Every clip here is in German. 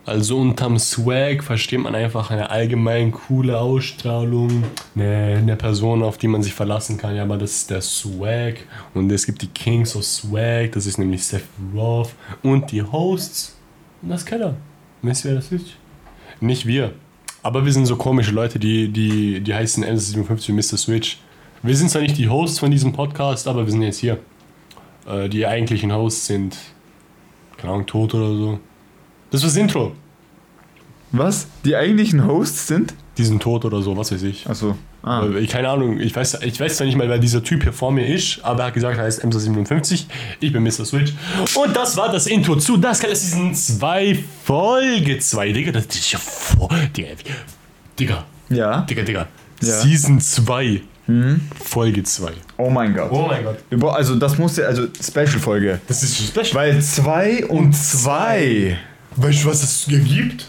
Also unterm Swag versteht man einfach eine allgemein coole Ausstrahlung, eine Person, auf die man sich verlassen kann. Ja, aber das ist der Swag. Und es gibt die Kings of Swag, das ist nämlich Sephiroth. Und die Hosts und das Keller. Wisst ihr, wer das ist? Nicht wir. Aber wir sind so komische Leute, die heißen MC57 und Mr. Switch. Wir sind zwar nicht die Hosts von diesem Podcast, aber wir sind jetzt hier. Die eigentlichen Hosts sind, keine Ahnung, tot oder so. Das war das Intro. Was? Die eigentlichen Hosts sind? Die sind tot oder so, was weiß ich. Achso. Ah. Keine Ahnung, ich weiß zwar nicht mal, wer dieser Typ hier vor mir ist, aber er hat gesagt, er heißt MC57. Ich bin Mr. Switch. Und das war das Intro zu Das Keller Season 2, Folge 2. Digga, das ist ja vor. Digga. Ja. Digga. Ja. Season 2. Folge 2. Oh mein Gott. Oh mein Gott. Also das muss ja, also Special-Folge. Das ist Special. Weil 2 und 2. Weißt du, was das hier gibt?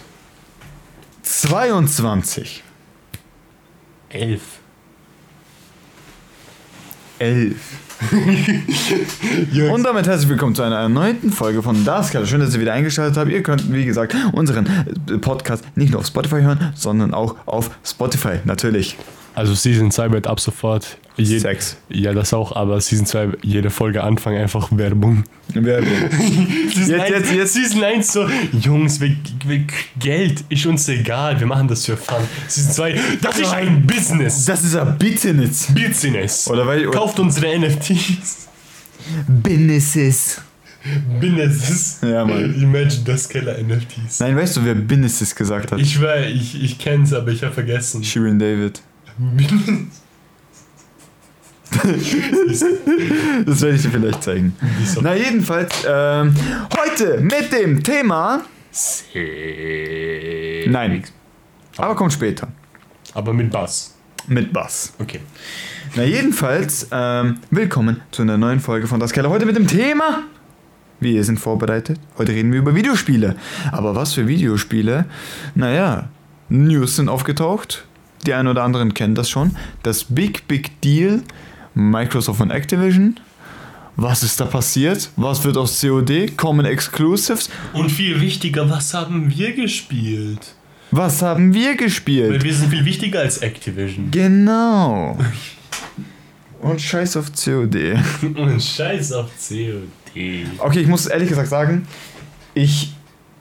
22. 11. 11. Und damit herzlich willkommen zu einer erneuten Folge von Das Keller. Schön, dass ihr wieder eingeschaltet habt. Ihr könnt, wie gesagt, unseren Podcast nicht nur auf Spotify hören, sondern auch auf Spotify, natürlich. Also Season 2 wird ab sofort... Sex. Ja, das auch, aber Season 2, jede Folge Anfang einfach Werbung. Jetzt Season 1 so, Jungs, Geld ist uns egal, wir machen das für Fun. Season 2, das ist ein Business. Das ist ein Business. Business. Kauft unsere NFTs. Businesses. Ja, Mann. Imagine Das Keller NFTs. Nein, weißt du, wer Businesses gesagt hat? Ich kenn's, aber ich habe vergessen. Shirin David. Das werde ich dir vielleicht zeigen. Na jedenfalls, heute mit dem Thema... Nein, aber kommt später. Aber mit Bass. Mit Bass. Okay. Na jedenfalls, willkommen zu einer neuen Folge von Das Keller. Heute mit dem Thema... Wir sind vorbereitet. Heute reden wir über Videospiele. Aber was für Videospiele? Naja, News sind aufgetaucht. Die einen oder anderen kennen das schon. Das Big Deal... Microsoft und Activision. Was ist da passiert? Was wird aus COD? Kommen Exclusives? Und viel wichtiger, was haben wir gespielt? Was haben wir gespielt? Weil wir sind viel wichtiger als Activision. Genau. Und scheiß auf COD. Und scheiß auf COD. Okay, ich muss ehrlich gesagt sagen, ich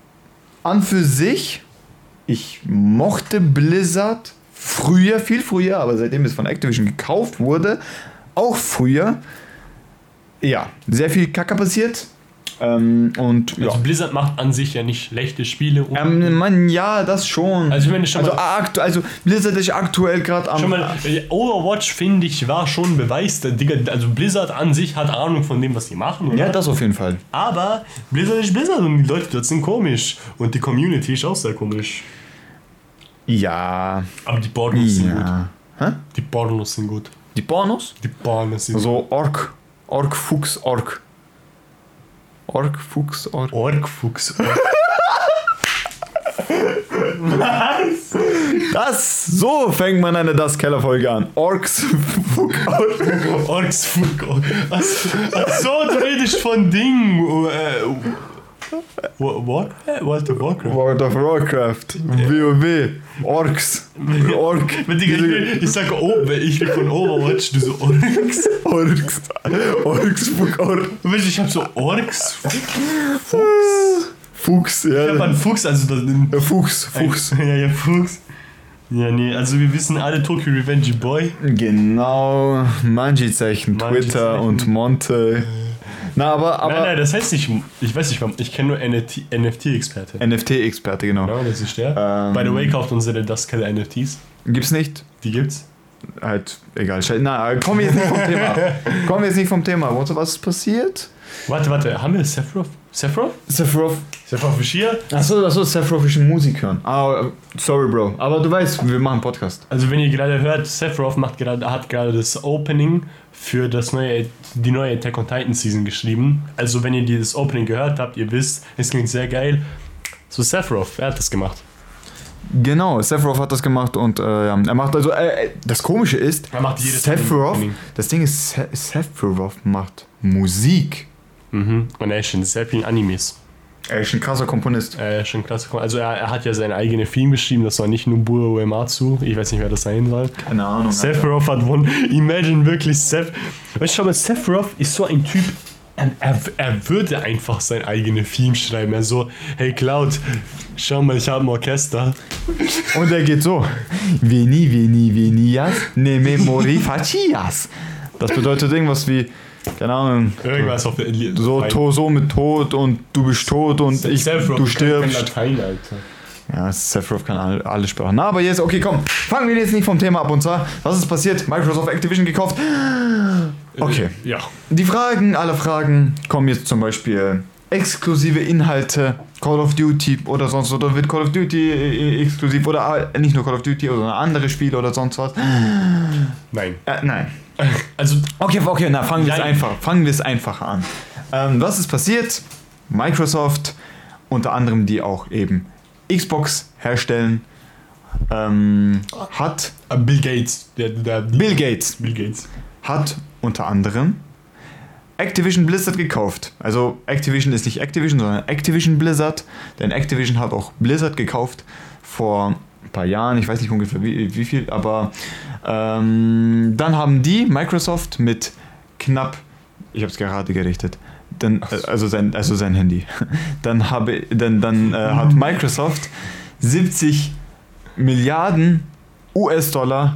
mochte Blizzard früher, viel früher, aber seitdem es von Activision gekauft wurde, auch früher, ja, sehr viel Kacke passiert. Und ja. Also Blizzard macht an sich ja nicht schlechte Spiele. Ja, das schon. Also, ich meine, schon also Blizzard ist aktuell gerade am... Schon mal, Overwatch, finde ich, war schon ein Beweis. Also Blizzard an sich hat Ahnung von dem, was sie machen. Oder? Ja, das auf jeden Fall. Aber Blizzard ist Blizzard und die Leute dort sind komisch. Und die Community ist auch sehr komisch. Ja. Aber die Pornos sind gut. Hä? Die Pornos sind gut. Die Pornos? Die Pornos sind so Ork, Fuchs, Ork. Ork, Fuchs, Ork. Ork, Fuchs, Ork. Was? So fängt man eine Das-Keller-Folge an. Orks, Fuck, Ork. Orks, Fuck, Ork. Achso, du redest von Ding. World of Warcraft. World of Warcraft. WoW. Orks. Ork. Ich sage ich will von Overwatch, du so Orks. Orks, Fuck, Ork. Ich hab so Orks. Fuchs, ja. Ich hab einen Fuchs, also das. Fuchs. Ja, Fuchs. Ja, nee, also wir wissen alle Tokyo Revenge Boy. Genau. Manji-Zeichen, Twitter und Monte. Na, aber... Nein, das heißt nicht... Ich weiß nicht, warum. Ich kenne nur NFT-Experte. NFT-Experte, genau. Genau, das ist der. By the way, kauft unsere Das Keller NFTs. Gibt's nicht? Die gibt's? Halt, egal. Na, kommen wir jetzt nicht vom Thema. Was ist passiert? Warte. Haben wir Sephiroth? Sephiroth ist hier? Achso, Sephiroth ist ein Musik hören. Sorry, Bro. Aber du weißt, wir machen einen Podcast. Also wenn ihr gerade hört, Sephiroth hat gerade das Opening für die neue Attack on Titan Season geschrieben. Also wenn ihr dieses Opening gehört habt, ihr wisst, es klingt sehr geil. So Sephiroth, er hat das gemacht. Genau, Sephiroth hat das gemacht und er macht also, das Komische ist, er macht jedes Sephiroth, das Ding ist, Sephiroth macht Musik. Und er ist in sehr vielen Animes. Er ist ein krasser Komponist. Schon klasse. Also er hat ja seine eigene Theme geschrieben, das war nicht Nobuo Uematsu, ich weiß nicht, wer das sein soll. Keine Ahnung. Sephiroth hat gewonnen. Imagine wirklich Weißt du, aber Sephiroth ist so ein Typ, er würde einfach sein eigenes Theme schreiben. Er so, hey Cloud, schau mal, ich habe ein Orchester. Und er geht so. Venias, ne memori facias. Das bedeutet irgendwas wie, keine Ahnung. Irgendwas auf der so mit Tod und du bist tot und du stirbst. Latein, Alter. Ja, Sephiroth kann alle Sprachen. Na, aber jetzt, okay, komm, fangen wir jetzt nicht vom Thema ab. Und zwar, was ist passiert? Microsoft Activision gekauft. Okay. Ja. Die alle Fragen kommen jetzt zum Beispiel exklusive Inhalte, Call of Duty oder sonst, oder wird Call of Duty exklusiv oder nicht nur Call of Duty oder andere Spiele oder sonst was? Nein. Nein. Also, okay, na, fangen wir es einfacher an. Was ist passiert? Microsoft, unter anderem die auch eben Xbox herstellen, hat Bill Gates. Bill Gates hat unter anderem Activision Blizzard gekauft. Also Activision ist nicht Activision, sondern Activision Blizzard. Denn Activision hat auch Blizzard gekauft vor ein paar Jahren. Ich weiß nicht ungefähr wie viel, aber dann haben die Microsoft mit knapp, ich habe es gerade gerichtet, also sein Handy. Dann hat Microsoft 70 Milliarden US-Dollar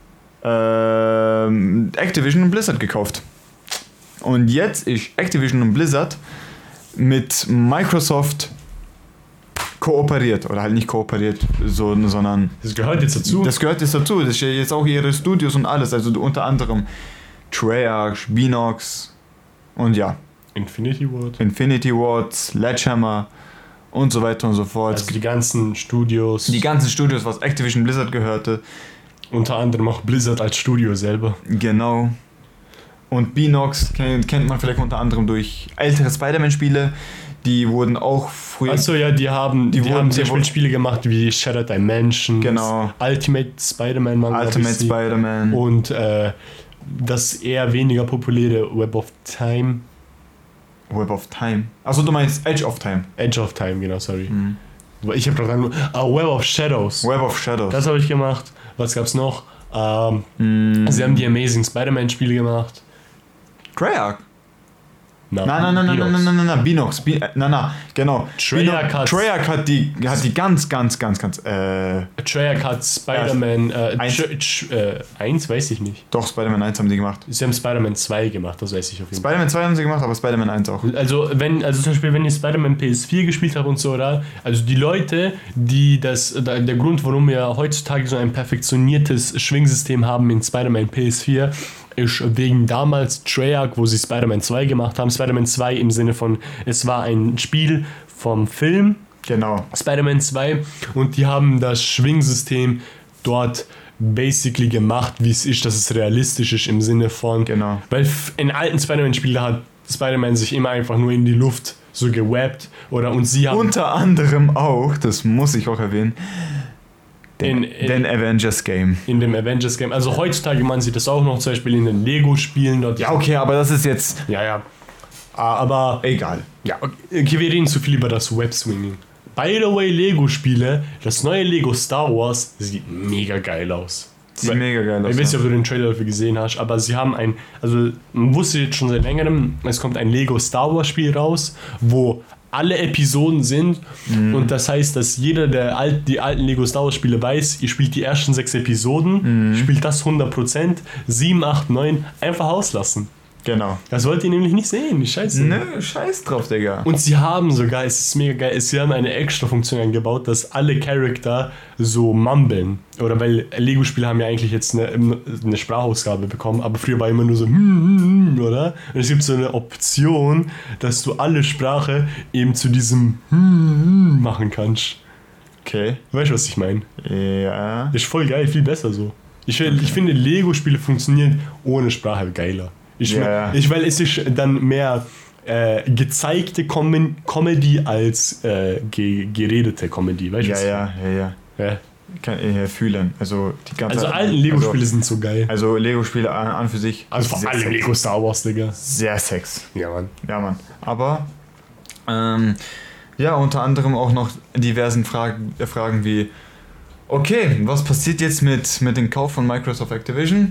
Activision und Blizzard gekauft. Und jetzt ist Activision und Blizzard mit Microsoft kooperiert. Oder halt nicht kooperiert, sondern... Das gehört jetzt dazu. Das ist ja jetzt auch ihre Studios und alles. Also unter anderem Treyarch, Beanox und ja. Infinity Ward, Sledgehammer und so weiter und so fort. Also die ganzen Studios, was Activision Blizzard gehörte. Unter anderem auch Blizzard als Studio selber. Genau. Und Beanox kennt man vielleicht unter anderem durch ältere Spider-Man-Spiele. Die wurden auch früher... Achso, ja, die haben zum Beispiel Spiele gemacht wie Shattered Dimensions, genau. Ultimate Spider-Man. Und das eher weniger populäre Web of Time. Achso, du meinst Edge of Time. Edge of Time, genau, sorry. Mhm. Ich habe doch dann Web of Shadows. Das habe ich gemacht. Was gab's noch? Sie haben die Amazing Spider-Man-Spiele gemacht. Treyarch. Nein, Beanox. Genau. Treyarch hat die ganz. Treyarch hat Spider-Man 1 weiß ich nicht. Doch, Spider-Man 1 haben sie gemacht. Sie haben Spider-Man 2 gemacht, das weiß ich auf jeden Fall. Spider-Man 2 haben sie gemacht, aber Spider-Man 1 auch. Also zum Beispiel, wenn ihr Spider-Man PS4 gespielt habt und so, oder? Also die Leute, der Grund, warum wir heutzutage so ein perfektioniertes Schwingsystem haben in Spider-Man PS4, ist wegen damals Treyarch, wo sie Spider-Man 2 gemacht haben. Spider-Man 2 im Sinne von, es war ein Spiel vom Film. Genau. Spider-Man 2. Und die haben das Schwingsystem dort basically gemacht, wie es ist, dass es realistisch ist im Sinne von... Genau. Weil in alten Spider-Man-Spielen hat Spider-Man sich immer einfach nur in die Luft so gewappt. Und sie haben... Unter anderem auch, das muss ich auch erwähnen, den Avengers Game. In dem Avengers Game. Also heutzutage man sieht das auch noch, zum Beispiel in den Lego-Spielen. Dort ja, okay, aber das ist jetzt... Ja. Aber... Egal. Ja, okay, wir reden zu viel über das Web-Swinging. By the way, Lego-Spiele, das neue Lego Star Wars, das sieht mega geil aus. Sieht mega geil aus. Ich weiß nicht, ob du den Trailer dafür gesehen hast, aber sie haben man wusste jetzt schon seit längerem, es kommt ein Lego Star Wars Spiel raus, wo alle Episoden sind und das heißt, dass jeder, der die alten Lego Star Wars Spiele weiß, ihr spielt die ersten 6 Episoden, spielt das 100%, 7, 8, 9 einfach auslassen. Genau. Das wollt ihr nämlich nicht sehen, scheiße. Nö, scheiß drauf, Digga. Und sie haben sogar, es ist mega geil, sie haben eine extra Funktion eingebaut, dass alle Charakter so mumbeln. Oder weil Lego-Spiele haben ja eigentlich jetzt eine Sprachausgabe bekommen, aber früher war immer nur so oder? Und es gibt so eine Option, dass du alle Sprache eben zu diesem machen kannst. Okay. Weißt du, was ich meine? Ja. Das ist voll geil, viel besser so. Ich finde, Lego-Spiele funktionieren ohne Sprache geiler. Weil es ist dann mehr gezeigte Comedy als geredete Comedy, weißt du? Ja. Kann ich fühlen. Also alten Lego-Spiele sind so geil. Also Lego-Spiele an für sich. Also vor allem Lego Star Wars, Digga. Sehr sex. Ja, Mann. Aber Ja, unter anderem auch noch diversen Fragen wie, okay, was passiert jetzt mit dem Kauf von Microsoft Activision?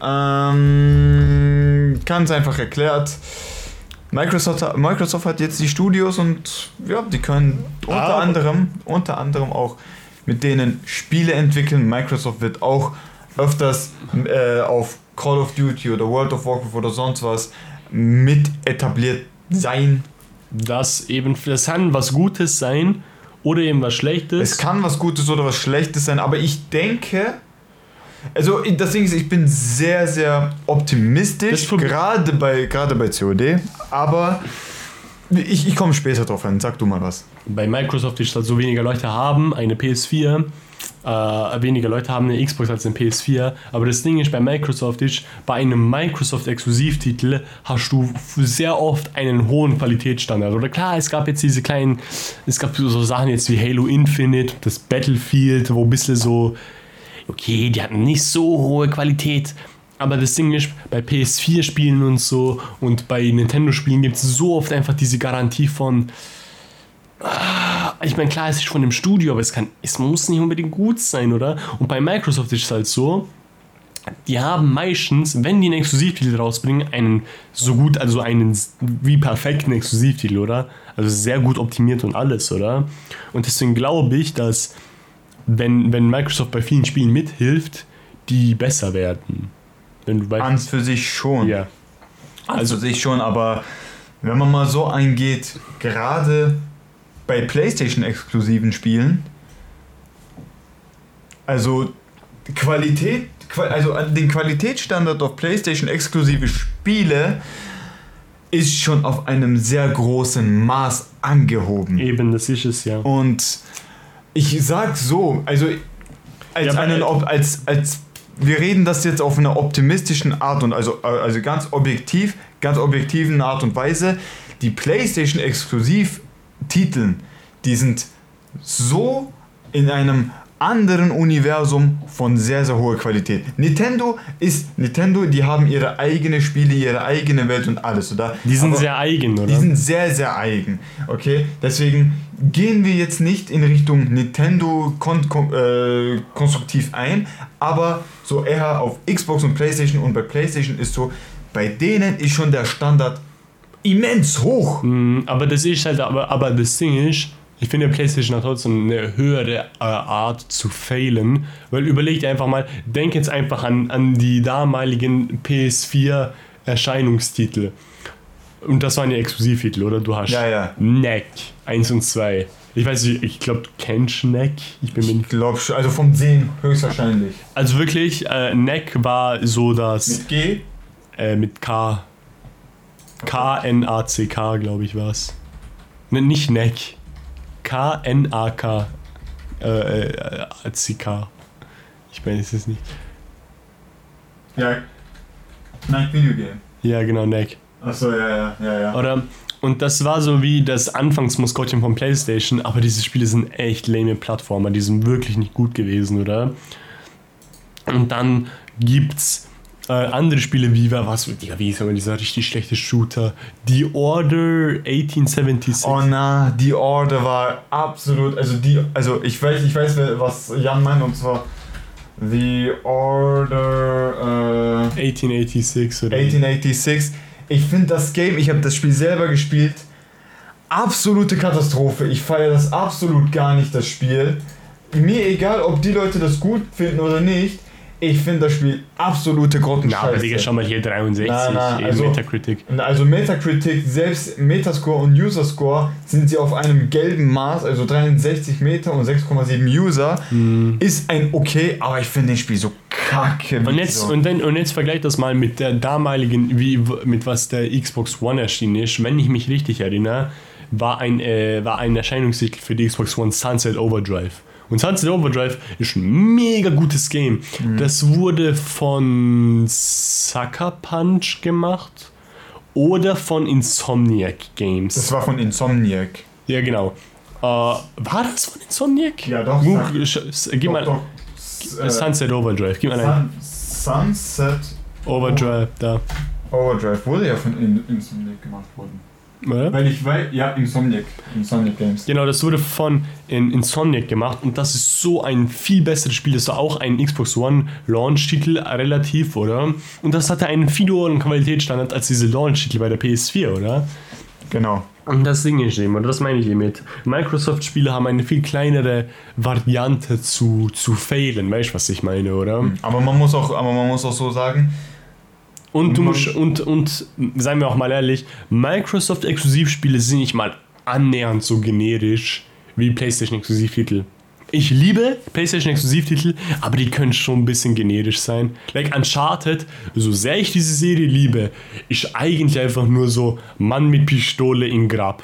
Ganz einfach erklärt. Microsoft hat jetzt die Studios und ja, die können unter anderem auch mit denen Spiele entwickeln. Microsoft wird auch öfters auf Call of Duty oder World of Warcraft oder sonst was mit etabliert sein. Das kann was Gutes sein oder eben was Schlechtes. Es kann was Gutes oder was Schlechtes sein, aber ich denke, also das Ding ist, ich bin sehr, sehr optimistisch, gerade bei COD, aber ich komme später drauf hin, sag du mal was. Bei Microsoft ist halt so weniger Leute haben eine PS4, weniger Leute haben eine Xbox als eine PS4, aber das Ding ist bei Microsoft ist, bei einem Microsoft-Exklusivtitel hast du sehr oft einen hohen Qualitätsstandard. Oder klar, es gab so Sachen jetzt wie Halo Infinite, das Battlefield, wo ein bisschen so, okay, die hatten nicht so hohe Qualität, aber das Ding ist, bei PS4-Spielen und so und bei Nintendo-Spielen gibt es so oft einfach diese Garantie von, ich meine, klar, es ist von dem Studio, aber es muss nicht unbedingt gut sein, oder? Und bei Microsoft ist es halt so, die haben meistens, wenn die einen Exklusivtitel rausbringen, einen wie perfekten Exklusivtitel, oder? Also sehr gut optimiert und alles, oder? Und deswegen glaube ich, dass wenn Microsoft bei vielen Spielen mithilft, die besser werden. An für sich schon. Ja. Also für sich schon, aber wenn man mal so eingeht, gerade bei PlayStation-exklusiven Spielen, also den Qualitätsstandard auf PlayStation-exklusive Spiele ist schon auf einem sehr großen Maß angehoben. Eben, das ist es, ja. Und ich sag so, also wir reden das jetzt auf einer optimistischen Art und also ganz objektiven Art und Weise. Die PlayStation Exklusivtiteln, die sind so in einem anderen Universum von sehr, sehr hoher Qualität. Nintendo, die haben ihre eigenen Spiele, ihre eigene Welt und alles, oder? Die sind sehr eigen, oder? Die sind sehr, sehr eigen, okay? Deswegen gehen wir jetzt nicht in Richtung Nintendo konstruktiv ein, aber so eher auf Xbox und PlayStation, und bei PlayStation ist so, bei denen ist schon der Standard immens hoch. Aber das ist halt, aber das Ding ist, ich finde, PlayStation hat trotzdem eine höhere Art zu failen, weil überleg dir einfach mal, denk jetzt einfach an die damaligen PS4 Erscheinungstitel. Und das waren die Exklusivtitel, oder? Du hast Neck 1 und 2. Ich weiß nicht, ich glaube, du kennst Neck. Ich glaube schon, also vom Sehen höchstwahrscheinlich. Also wirklich, Neck war so das... Mit G? Mit K. K-N-A-C-K, glaube ich, war es. Ne, nicht Neck. K-N-A-K. C-K. Ich weiß es nicht. Ja. Neck Video Game. Ja, genau, Neck. Achso, ja. Oder, und das war so wie das Anfangsmaskottchen von PlayStation, aber diese Spiele sind echt lame Plattformer, die sind wirklich nicht gut gewesen, oder? Und dann gibt's andere Spiele wie wie ist aber dieser richtig schlechte Shooter? The Order 1876. Oh na, The Order war absolut, also ich weiß, was Jan meint, und zwar The Order 1886 oder 1886. Ich finde das Game, ich habe das Spiel selber gespielt, absolute Katastrophe. Ich feiere das absolut gar nicht, das Spiel. Mir egal, ob die Leute das gut finden oder nicht. Ich finde das Spiel absolute Grottenscheiße. Na, aber Digga, schau mal hier 63 also, Metacritic. Also Metacritic, selbst Metascore und User-Score sind sie auf einem gelben Maß, also 63 Meter und 6,7 User. Ist ein okay, aber ich finde das Spiel so kacke. Und jetzt vergleich das mal mit der damaligen, mit was der Xbox One erschienen ist. Wenn ich mich richtig erinnere, war ein Erscheinungstitel für die Xbox One Sunset Overdrive. Und Sunset Overdrive ist ein mega gutes Game. Das wurde von Sucker Punch gemacht oder von Insomniac Games. Das war von Insomniac. Ja, genau. War das von Insomniac? Ja, doch. Gib mal Sunset Overdrive. Gib mal ein. Sunset Overdrive, da. Overdrive wurde ja von Insomniac gemacht worden. Oder? Weil ich weiß, ja, Insomniac Games. Genau, das wurde von Insomniac gemacht und das ist so ein viel besseres Spiel. Das war auch ein Xbox One Launch-Titel, relativ, oder? Und das hatte einen viel höheren Qualitätsstandard als diese Launch-Titel bei der PS4, oder? Genau. Und das Ding ist eben, oder das meine ich hiermit. Microsoft-Spiele haben eine viel kleinere Variante zu failen, weißt du, was ich meine, oder? Aber man muss auch so sagen. Und du musst, und seien wir auch mal ehrlich, Microsoft-Exklusivspiele sind nicht mal annähernd so generisch wie PlayStation-Exklusivtitel. Ich liebe PlayStation-Exklusivtitel, aber die können schon ein bisschen generisch sein. Like Uncharted, so sehr ich diese Serie liebe, ist eigentlich einfach nur so Mann mit Pistole im Grab.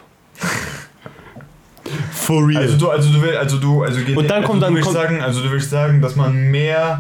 For real. Du willst sagen, dass man mehr,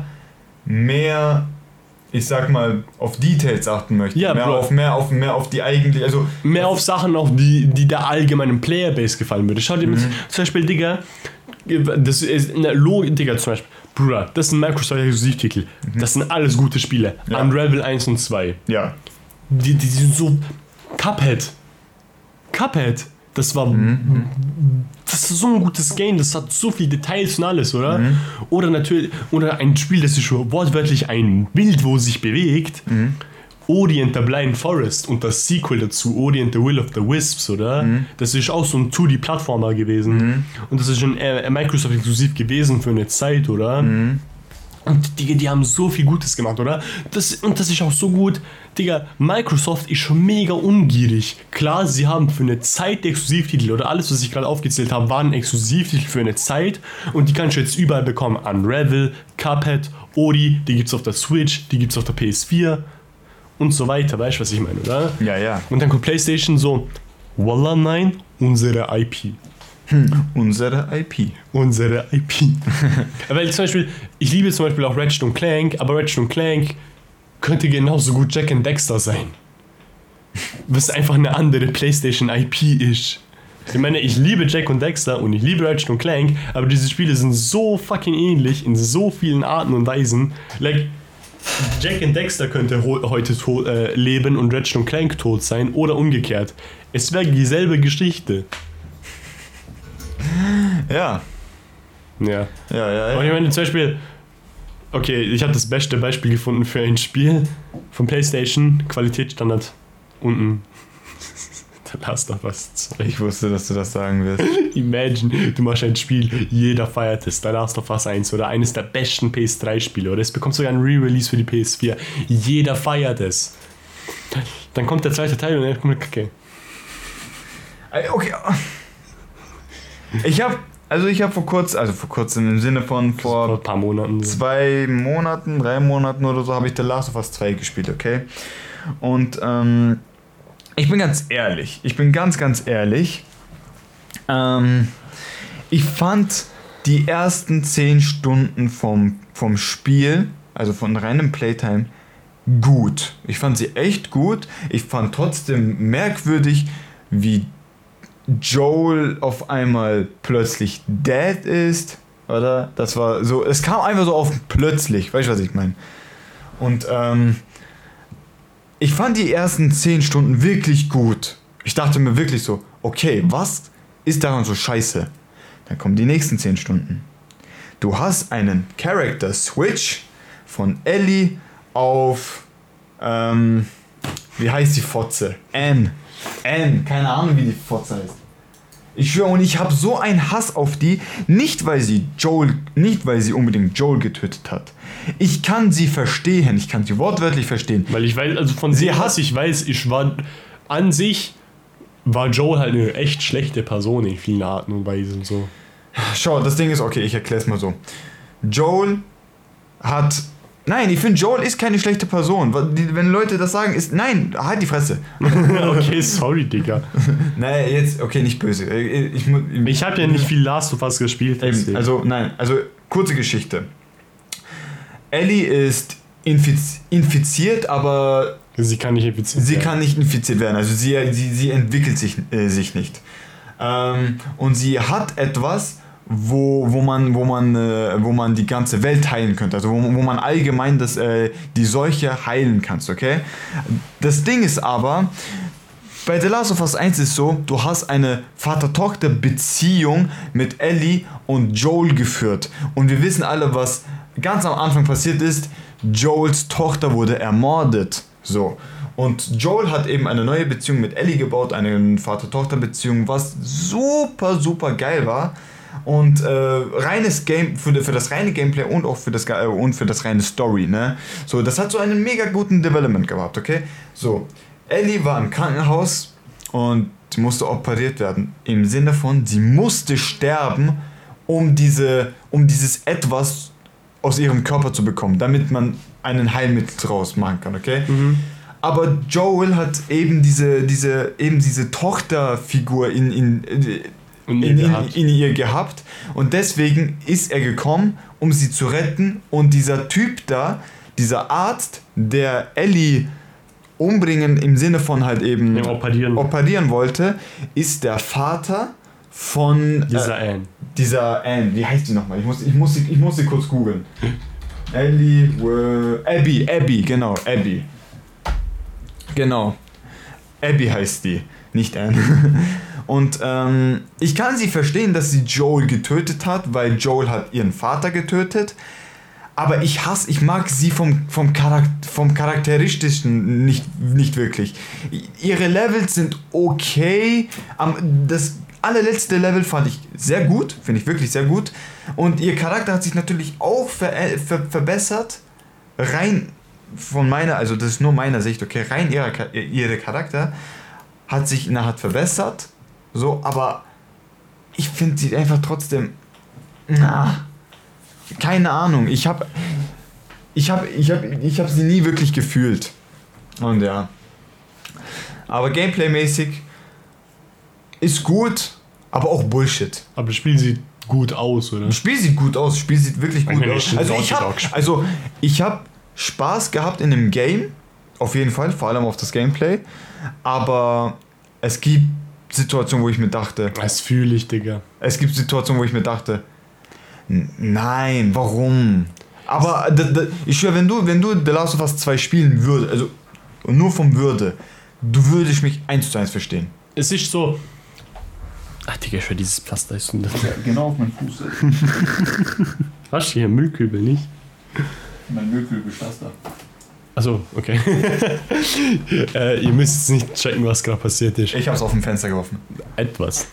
ich sag mal, auf Details achten möchte. Ja, mehr auf die eigentlich, also mehr auf Sachen, auf die der allgemeinen Playerbase gefallen würde. Schau dir zum Beispiel, Digga, das ist eine Logik, Digga, zum Beispiel, Bruder, das sind Microsoft-Exklusivtitel. Das sind alles gute Spiele. Ja. Unravel 1 und 2. Ja. Die sind so. Cuphead. Das war. Das ist so ein gutes Game, das hat so viele Details und alles, oder? Oder natürlich. Oder ein Spiel, das ist schon wortwörtlich ein Bild, wo sich bewegt. Ori and the Blind Forest und das Sequel dazu, Ori and the Will of the Wisps, oder? Das ist auch so ein 2D-Plattformer gewesen. Und das ist schon Microsoft-exklusiv gewesen für eine Zeit, oder? Und die haben so viel Gutes gemacht, oder? Das ist auch so gut. Digga, Microsoft ist schon mega ungierig. Klar, sie haben für eine Zeit die Exklusivtitel, oder alles, was ich gerade aufgezählt habe, waren Exklusivtitel für eine Zeit. Und die kannst du jetzt überall bekommen. Unravel, Cuphead, Ori, die gibt's auf der Switch, die gibt's auf der PS4. Und so weiter, weißt du, was ich meine, oder? Ja, ja. Und dann kommt PlayStation so, Wallah, nein, unsere IP. Unsere IP. Weil zum Beispiel, ich liebe zum Beispiel auch Ratchet & Clank, aber Ratchet & Clank könnte genauso gut Jack and Dexter sein. Was einfach eine andere PlayStation IP ist. Ich meine, ich liebe Jack und Dexter und ich liebe Ratchet & Clank, aber diese Spiele sind so fucking ähnlich in so vielen Arten und Weisen. Like, Jack and Dexter könnte heute leben und Ratchet & Clank tot sein oder umgekehrt. Es wäre dieselbe Geschichte. Ja. Ja. Und ich meine zum Beispiel, okay, ich habe das beste Beispiel gefunden für ein Spiel von PlayStation, Qualitätsstandard unten. The Last of Us 2. Ich wusste, dass du das sagen wirst. Imagine, du machst ein Spiel, jeder feiert es, The Last of Us 1 oder eines der besten PS3-Spiele oder es bekommt sogar ein Re-Release für die PS4. Jeder feiert es. Dann kommt der zweite Teil und dann kommt Kacke. Okay. Ich habe vor kurzem im Sinne von vor ein paar Monaten. 2 Monaten, 3 Monaten oder so habe ich The Last of Us 2 gespielt, okay? Und ich bin ganz ehrlich, ganz ehrlich, ich fand die ersten 10 Stunden vom Spiel, also von reinem Playtime, gut. Ich fand sie echt gut. Ich fand trotzdem merkwürdig, wie Joel auf einmal plötzlich dead ist, oder? Das war so, es kam einfach so auf plötzlich, weißt du, was ich meine? Und ich fand die ersten 10 Stunden wirklich gut. Ich dachte mir wirklich so, okay, was ist daran so scheiße? Dann kommen die nächsten 10 Stunden. Du hast einen Character Switch von Ellie auf, wie heißt die Fotze? Anne, keine Ahnung, wie die Fotze heißt. Ich schwöre, und ich habe so einen Hass auf die, nicht weil sie unbedingt Joel getötet hat. Ich kann sie verstehen, ich kann sie wortwörtlich verstehen. Weil ich weiß, also von sie Hass, ich weiß, an sich war Joel halt eine echt schlechte Person in vielen Arten und Weisen und so. Schau, das Ding ist, okay, ich erkläre es mal so. Nein, ich finde, Joel ist keine schlechte Person. Wenn Leute das sagen, nein, halt die Fresse. Okay, sorry, Digga. Nein, jetzt, okay, nicht böse. Ich habe ja nicht viel Last of Us gespielt. Also kurze Geschichte. Ellie ist infiziert, aber sie kann nicht infiziert werden. Also sie entwickelt sich nicht. Und sie hat etwas, wo man die ganze Welt heilen könnte, also wo man allgemein die Seuche heilen kannst, okay? Das Ding ist aber, bei The Last of Us 1 ist so, du hast eine Vater-Tochter-Beziehung mit Ellie und Joel geführt. Und wir wissen alle, was ganz am Anfang passiert ist. Joels Tochter wurde ermordet. So. Und Joel hat eben eine neue Beziehung mit Ellie gebaut, eine Vater-Tochter-Beziehung, was super, super geil war. Und reines Game für das reine Gameplay und auch für das reine Story, ne? So, das hat so einen mega guten Development gehabt, okay? So, Ellie war im Krankenhaus und sie musste operiert werden. Im Sinne von, sie musste sterben, um dieses Etwas aus ihrem Körper zu bekommen, damit man einen Heilmittel draus machen kann, okay? Mhm. Aber Joel hat eben diese Tochterfigur in ihr gehabt und deswegen ist er gekommen, um sie zu retten, und dieser Typ da, dieser Arzt, der Ellie umbringen im Sinne von halt eben operieren wollte, ist der Vater von dieser Anne. Wie heißt die nochmal? Ich muss sie kurz googeln. Abby, genau, Abby. Genau. Abby heißt die, nicht Anne. Und ich kann sie verstehen, dass sie Joel getötet hat, weil Joel hat ihren Vater getötet. Aber ich mag sie vom Charakteristischen nicht wirklich. Ihre Levels sind okay. Das allerletzte Level fand ich sehr gut, finde ich wirklich sehr gut. Und ihr Charakter hat sich natürlich auch verbessert. Rein von meiner, also das ist nur meiner Sicht, okay, rein ihre Charakter hat sich verbessert. So, aber ich finde sie einfach trotzdem. Keine Ahnung. Ich hab sie nie wirklich gefühlt. Und ja. Aber Gameplay-mäßig ist gut, aber auch Bullshit. Aber das Spiel sieht gut aus, oder? Das Spiel sieht gut aus. Das Spiel sieht wirklich gut aus. Also ich hab Spaß gehabt in dem Game. Auf jeden Fall, vor allem auf das Gameplay. Aber es gibt Situationen, wo ich mir dachte... Das fühle ich, Digga. Es gibt Situationen, wo ich mir dachte... Nein, warum? Aber ich schwöre, wenn du The Last of Us 2 spielen würdest, also nur vom Würde, du würdest mich 1:1 verstehen. Es ist so... Ach, Digga, ich schwöre, dieses Pflaster ist... Ja, genau auf meinen Fuß. Was? Hier, Müllkübel, nicht? Mein Müllkübel ist das da. Achso, okay. Ihr müsst jetzt nicht checken, was gerade passiert ist. Ich hab's auf dem Fenster geworfen. Etwas.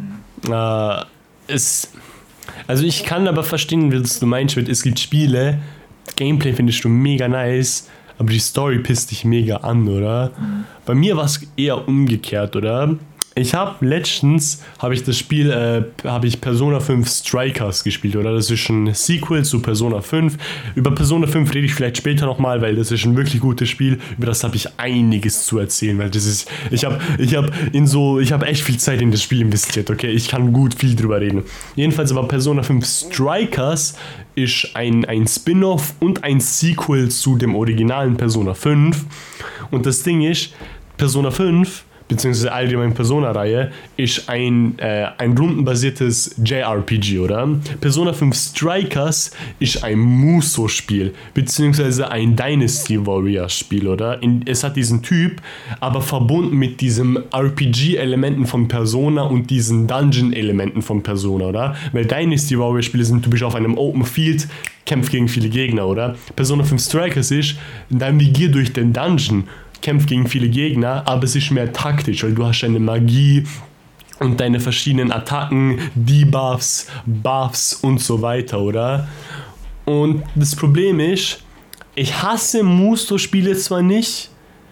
Also ich kann aber verstehen, was du meinst. Es gibt Spiele, Gameplay findest du mega nice, aber die Story pisst dich mega an, oder? Bei mir war es eher umgekehrt, oder? Ich habe letztens, das Spiel, Persona 5 Strikers gespielt, oder? Das ist ein Sequel zu Persona 5. Über Persona 5 rede ich vielleicht später nochmal, weil das ist ein wirklich gutes Spiel. Über das habe ich einiges zu erzählen, weil das ist, ich habe echt viel Zeit in das Spiel investiert, okay? Ich kann gut viel drüber reden. Jedenfalls aber Persona 5 Strikers ist ein Spin-off und ein Sequel zu dem originalen Persona 5. Und das Ding ist, Persona 5 beziehungsweise allgemein Persona-Reihe, ist ein rundenbasiertes JRPG, oder? Persona 5 Strikers ist ein Muso-Spiel, beziehungsweise ein Dynasty Warrior-Spiel, oder? Es hat diesen Typ, aber verbunden mit diesen RPG-Elementen von Persona und diesen Dungeon-Elementen von Persona, oder? Weil Dynasty Warrior-Spiele sind typisch auf einem Open Field, kämpft gegen viele Gegner, oder? Persona 5 Strikers ist, navigier durch den Dungeon, kämpft gegen viele Gegner, aber es ist mehr taktisch, weil du hast eine Magie und deine verschiedenen Attacken, Debuffs, Buffs und so weiter, oder? Und das Problem ist, ich hasse Muso-Spiele zwar nicht,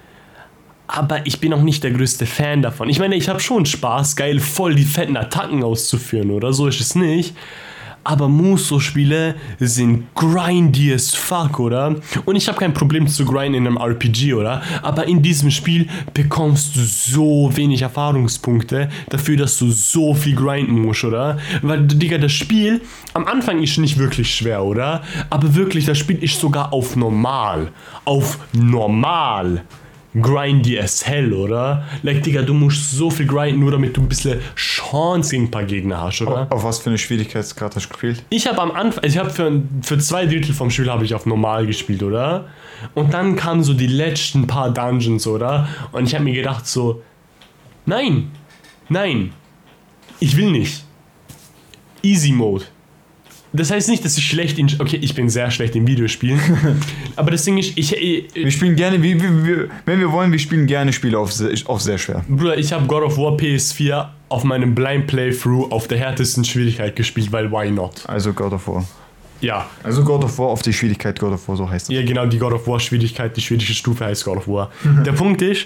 aber ich bin auch nicht der größte Fan davon. Ich meine, ich habe schon Spaß, geil, voll die fetten Attacken auszuführen, oder? So ist es nicht. Aber Muso-Spiele sind grindy as fuck, oder? Und ich habe kein Problem zu grinden in einem RPG, oder? Aber in diesem Spiel bekommst du so wenig Erfahrungspunkte dafür, dass du so viel grinden musst, oder? Weil, Digga, das Spiel am Anfang ist nicht wirklich schwer, oder? Aber wirklich, das Spiel ist sogar auf normal. Auf normal. Grindy as hell, oder? Like, Digga, du musst so viel grinden, nur damit du ein bisschen Chance gegen ein paar Gegner hast, oder? Auf was für eine Schwierigkeitsgrad hast du gespielt? Ich habe am Anfang, für 2/3 vom Spiel habe ich auf normal gespielt, oder? Und dann kamen so die letzten paar Dungeons, oder? Und ich habe mir gedacht so, Nein. Ich will nicht. Easy Mode. Das heißt nicht, dass ich schlecht in... Okay, ich bin sehr schlecht in Videospielen. Aber das Ding ist, wir spielen gerne, wenn wir wollen, wir spielen gerne Spiele auf sehr schwer. Bruder, ich habe God of War PS4 auf meinem Blind Playthrough auf der härtesten Schwierigkeit gespielt, weil why not? Also God of War. Ja. Also God of War auf die Schwierigkeit God of War, so heißt es. Ja, genau, die God of War Schwierigkeit, die schwierigste Stufe heißt God of War. Der Punkt ist,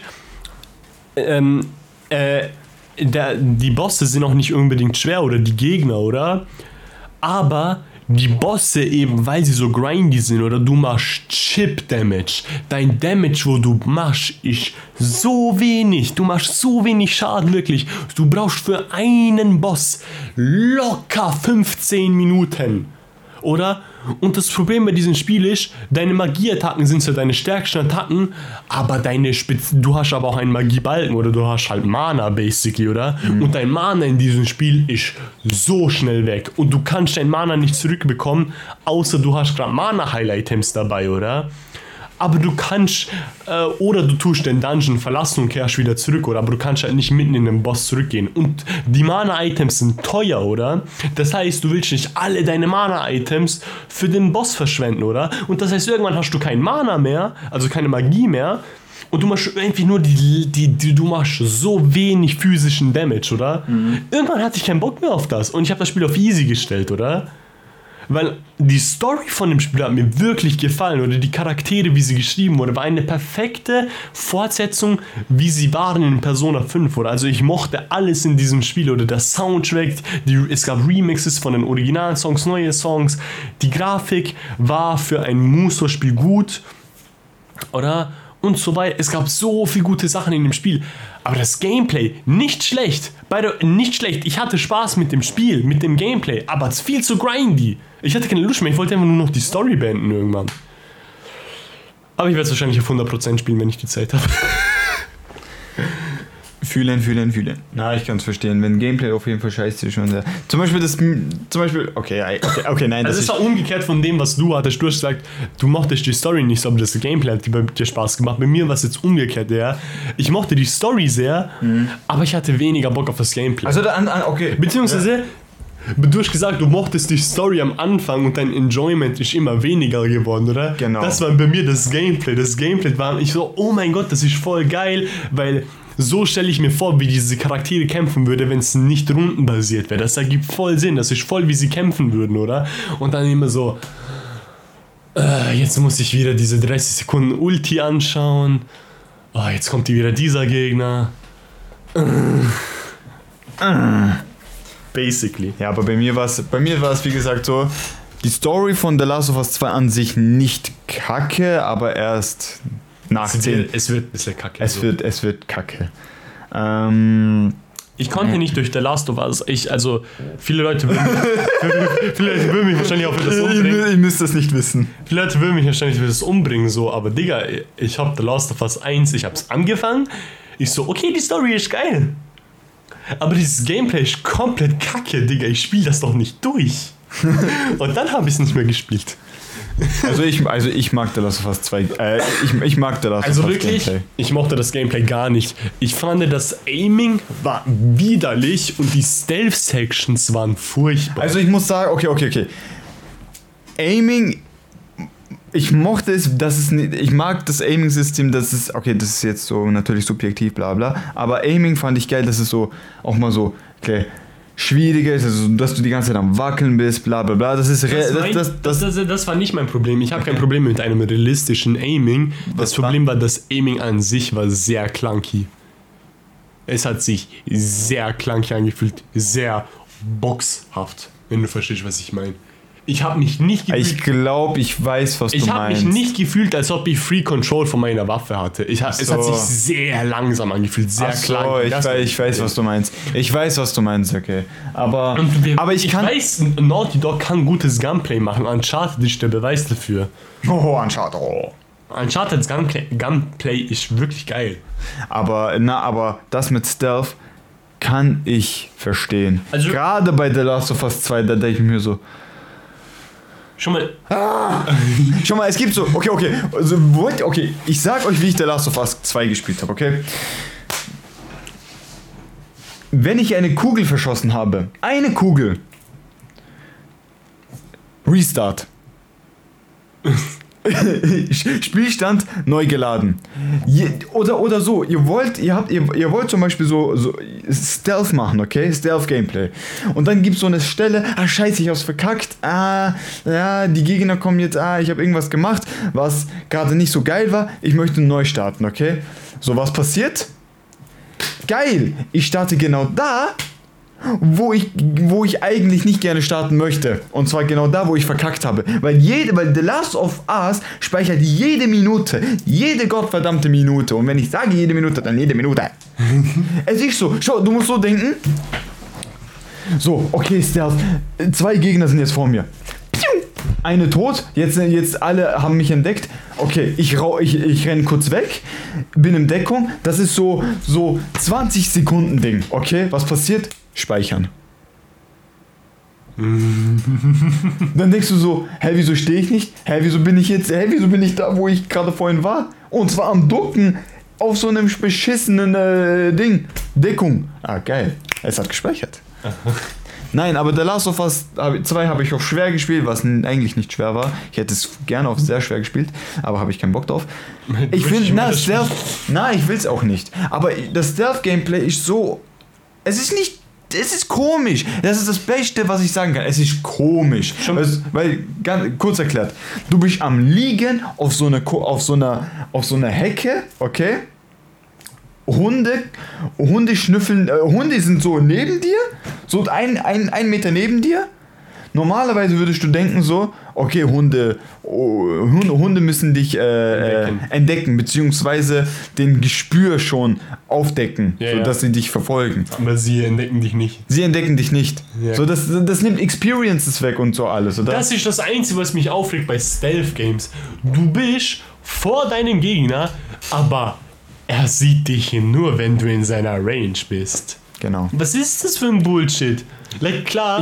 die Bosse sind auch nicht unbedingt schwer oder die Gegner, oder? Aber die Bosse eben, weil sie so grindy sind oder du machst Chip-Damage. Dein Damage, wo du machst, ist so wenig. Du machst so wenig Schaden, wirklich. Du brauchst für einen Boss locker 15 Minuten. Oder? Und das Problem bei diesem Spiel ist, deine Magieattacken sind zwar deine stärksten Attacken, aber du hast aber auch einen Magiebalken oder du hast halt Mana basically, oder? Und dein Mana in diesem Spiel ist so schnell weg und du kannst dein Mana nicht zurückbekommen, außer du hast gerade Mana-Heil-Items dabei, oder? Aber du kannst, oder du tust den Dungeon verlassen und kehrst wieder zurück, oder? Aber du kannst halt nicht mitten in den Boss zurückgehen. Und die Mana-Items sind teuer, oder? Das heißt, du willst nicht alle deine Mana-Items für den Boss verschwenden, oder? Und das heißt, irgendwann hast du kein Mana mehr, also keine Magie mehr. Und du machst irgendwie nur du machst so wenig physischen Damage, oder? Irgendwann hatte ich keinen Bock mehr auf das. Und ich habe das Spiel auf Easy gestellt, oder? Weil die Story von dem Spiel hat mir wirklich gefallen oder die Charaktere, wie sie geschrieben wurde, war eine perfekte Fortsetzung, wie sie waren in Persona 5. Oder? Also ich mochte alles in diesem Spiel oder der Soundtrack, es gab Remixes von den originalen Songs, neue Songs, die Grafik war für ein Musou-Spiel gut, oder? Und so weiter. Es gab so viele gute Sachen in dem Spiel. Aber das Gameplay, nicht schlecht. Nicht schlecht. Ich hatte Spaß mit dem Spiel, mit dem Gameplay. Aber es ist viel zu grindy. Ich hatte keine Lust mehr. Ich wollte einfach nur noch die Story beenden irgendwann. Aber ich werde es wahrscheinlich auf 100% spielen, wenn ich die Zeit habe. Fühlen. Na, ich kann es verstehen. Wenn Gameplay auf jeden Fall scheiße ist. Zum Beispiel, okay, nein. Also es war umgekehrt von dem, was du hattest. Du hast gesagt, du mochtest die Story nicht so, aber das Gameplay hat dir Spaß gemacht. Bei mir war es jetzt umgekehrt, ja. Ich mochte die Story sehr, aber ich hatte weniger Bock auf das Gameplay. Also, okay. Beziehungsweise, du hast gesagt, du mochtest die Story am Anfang und dein Enjoyment ist immer weniger geworden, oder? Genau. Das war bei mir das Gameplay. Das Gameplay war, ich so, oh mein Gott, das ist voll geil, weil so stelle ich mir vor, wie diese Charaktere kämpfen würde, wenn es nicht rundenbasiert wäre. Das ergibt voll Sinn, das ist voll, wie sie kämpfen würden, oder? Und dann immer so, jetzt muss ich wieder diese 30 Sekunden Ulti anschauen. Oh, jetzt kommt wieder dieser Gegner. Basically. Ja, aber bei mir war es wie gesagt so, die Story von The Last of Us 2 an sich nicht kacke, aber erst nach 10. Es wird kacke. Es wird kacke. Ich konnte nicht durch The Last of Us. Viele Leute würden mich wahrscheinlich auch für das umbringen. Ihr müsst das nicht wissen. Viele Leute würden mich wahrscheinlich für das umbringen, so, aber Digga, ich hab The Last of Us 1, ich hab's angefangen. Ich so, okay, die Story ist geil. Aber dieses Gameplay ist komplett kacke, Digga. Ich spiele das doch nicht durch. Und dann habe ich es nicht mehr gespielt. Also ich mag The Last of Us 2. Ich mag The Last of Us wirklich, Gameplay. Ich mochte das Gameplay gar nicht. Ich fand, das Aiming war widerlich und die Stealth-Sections waren furchtbar. Also ich muss sagen, okay. Aiming, ich mochte es, ich mag das Aiming-System, das ist jetzt so natürlich subjektiv, bla bla, aber Aiming fand ich geil, dass es so, auch mal so, okay, schwierig ist, also dass du die ganze Zeit am Wackeln bist, bla bla bla, das war nicht mein Problem. Ich habe kein Problem mit einem realistischen Aiming. Das Problem war, das Aiming an sich war sehr clunky. Es hat sich sehr clunky angefühlt, sehr boxhaft, wenn du verstehst, was ich meine. Ich habe mich nicht gefühlt. Ich glaube, ich weiß, was du meinst. Ich habe mich nicht gefühlt, als ob ich Free Control von meiner Waffe hatte. Es hat sich sehr langsam angefühlt, sehr klein. Ich weiß, was du meinst. Ich weiß, was du meinst, okay. Aber ich weiß, Naughty Dog kann gutes Gunplay machen. Uncharted ist der Beweis dafür. Oh, Uncharted. Uncharted's Gunplay ist wirklich geil. Aber das mit Stealth kann ich verstehen. Also, gerade bei The Last of Us 2, da denke ich mir so, Schon mal, es gibt so, okay, also, ich sag euch, wie ich The Last of Us 2 gespielt habe, okay? wenn ich eine Kugel verschossen habe, eine Kugel, Restart. Spielstand neu geladen. Oder so, ihr wollt zum Beispiel so Stealth machen, okay? Stealth-Gameplay. Und dann gibt es so eine Stelle, scheiße, ich hab's verkackt. Die Gegner kommen jetzt, ich habe irgendwas gemacht, was gerade nicht so geil war. Ich möchte neu starten, okay? So, was passiert? Geil! Ich starte genau da, wo ich eigentlich nicht gerne starten möchte. Und zwar genau da, wo ich verkackt habe. Weil The Last of Us speichert jede Minute. Jede gottverdammte Minute. Und wenn ich sage jede Minute, dann jede Minute. Es ist so. Schau, du musst so denken. So, okay, Stealth. 2 Gegner sind jetzt vor mir. Eine tot. Jetzt alle haben mich entdeckt. Okay, ich renne kurz weg. Bin in Deckung. Das ist so 20 Sekunden Ding. Okay, was passiert? Speichern. Dann denkst du so, wieso stehe ich nicht? Wieso bin ich da, wo ich gerade vorhin war? Und zwar am Ducken auf so einem beschissenen Ding. Deckung. Geil. Es hat gespeichert. Nein, aber The Last of Us 2 habe ich auf schwer gespielt, was eigentlich nicht schwer war. Ich hätte es gerne auf sehr schwer gespielt, aber habe ich keinen Bock drauf. Ich finde, ich will es auch nicht. Aber das Stealth-Gameplay ist so, es ist komisch. Das ist das Beste, was ich sagen kann. Es ist komisch. Weil, kurz erklärt, du bist am Liegen auf so einer Hecke, okay? Hunde schnüffeln, Hunde sind so neben dir, so ein Meter neben dir. Normalerweise würdest du denken so, okay, Hunde müssen dich entdecken, beziehungsweise den Gespür schon aufdecken, sodass sie dich verfolgen. Aber sie entdecken dich nicht. Ja. So, das nimmt Experiences weg und so alles, oder? Das ist das Einzige, was mich aufregt bei Stealth Games. Du bist vor deinem Gegner, aber er sieht dich nur, wenn du in seiner Range bist. Genau. Was ist das für ein Bullshit? Klar,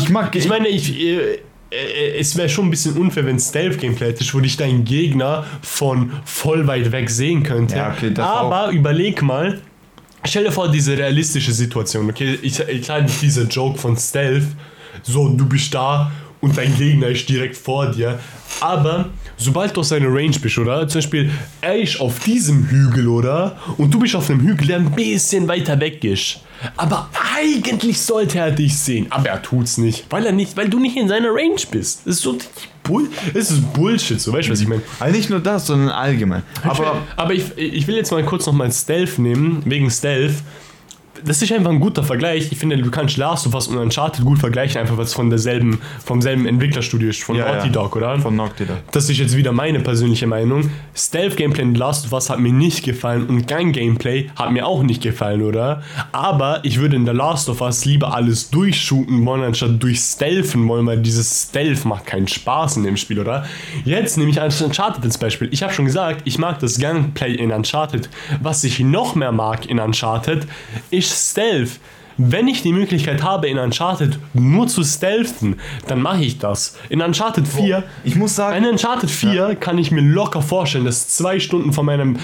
es wäre schon ein bisschen unfair, wenn Stealth-Gameplay hättest, wo dich dein Gegner von voll weit weg sehen könnte. Ja, okay, aber überleg mal, stell dir vor, diese realistische Situation, okay? Ich klar, dieser Joke von Stealth, so, du bist da und dein Gegner ist direkt vor dir, aber sobald du aus seiner Range bist, oder? Zum Beispiel, er ist auf diesem Hügel, oder? Und du bist auf einem Hügel, der ein bisschen weiter weg ist. Aber eigentlich sollte er dich sehen. Aber er tut's nicht. Weil du nicht in seiner Range bist. Das ist so Bullshit, so, weißt du, was ich meine? Also nicht nur das, sondern allgemein. Aber ich will jetzt mal kurz nochmal Stealth nehmen, wegen Stealth. Das ist einfach ein guter Vergleich. Ich finde, du kannst Last of Us und Uncharted gut vergleichen, einfach was vom selben Entwicklerstudio ist, von Naughty Dog, oder? Von Naughty Dog. Das ist jetzt wieder meine persönliche Meinung. Stealth-Gameplay in Last of Us hat mir nicht gefallen und Gun-Gameplay hat mir auch nicht gefallen, oder? Aber ich würde in The Last of Us lieber alles durchshooten wollen, anstatt durchstealthen wollen, weil dieses Stealth macht keinen Spaß in dem Spiel, oder? Jetzt nehme ich Uncharted als Beispiel. Ich habe schon gesagt, ich mag das Gunplay in Uncharted. Was ich noch mehr mag in Uncharted, ist Stealth. Wenn ich die Möglichkeit habe, in Uncharted nur zu stealthen, dann mache ich das. In Uncharted 4, ich muss sagen, in Uncharted 4 kann ich mir locker vorstellen, dass 2 Stunden von meinem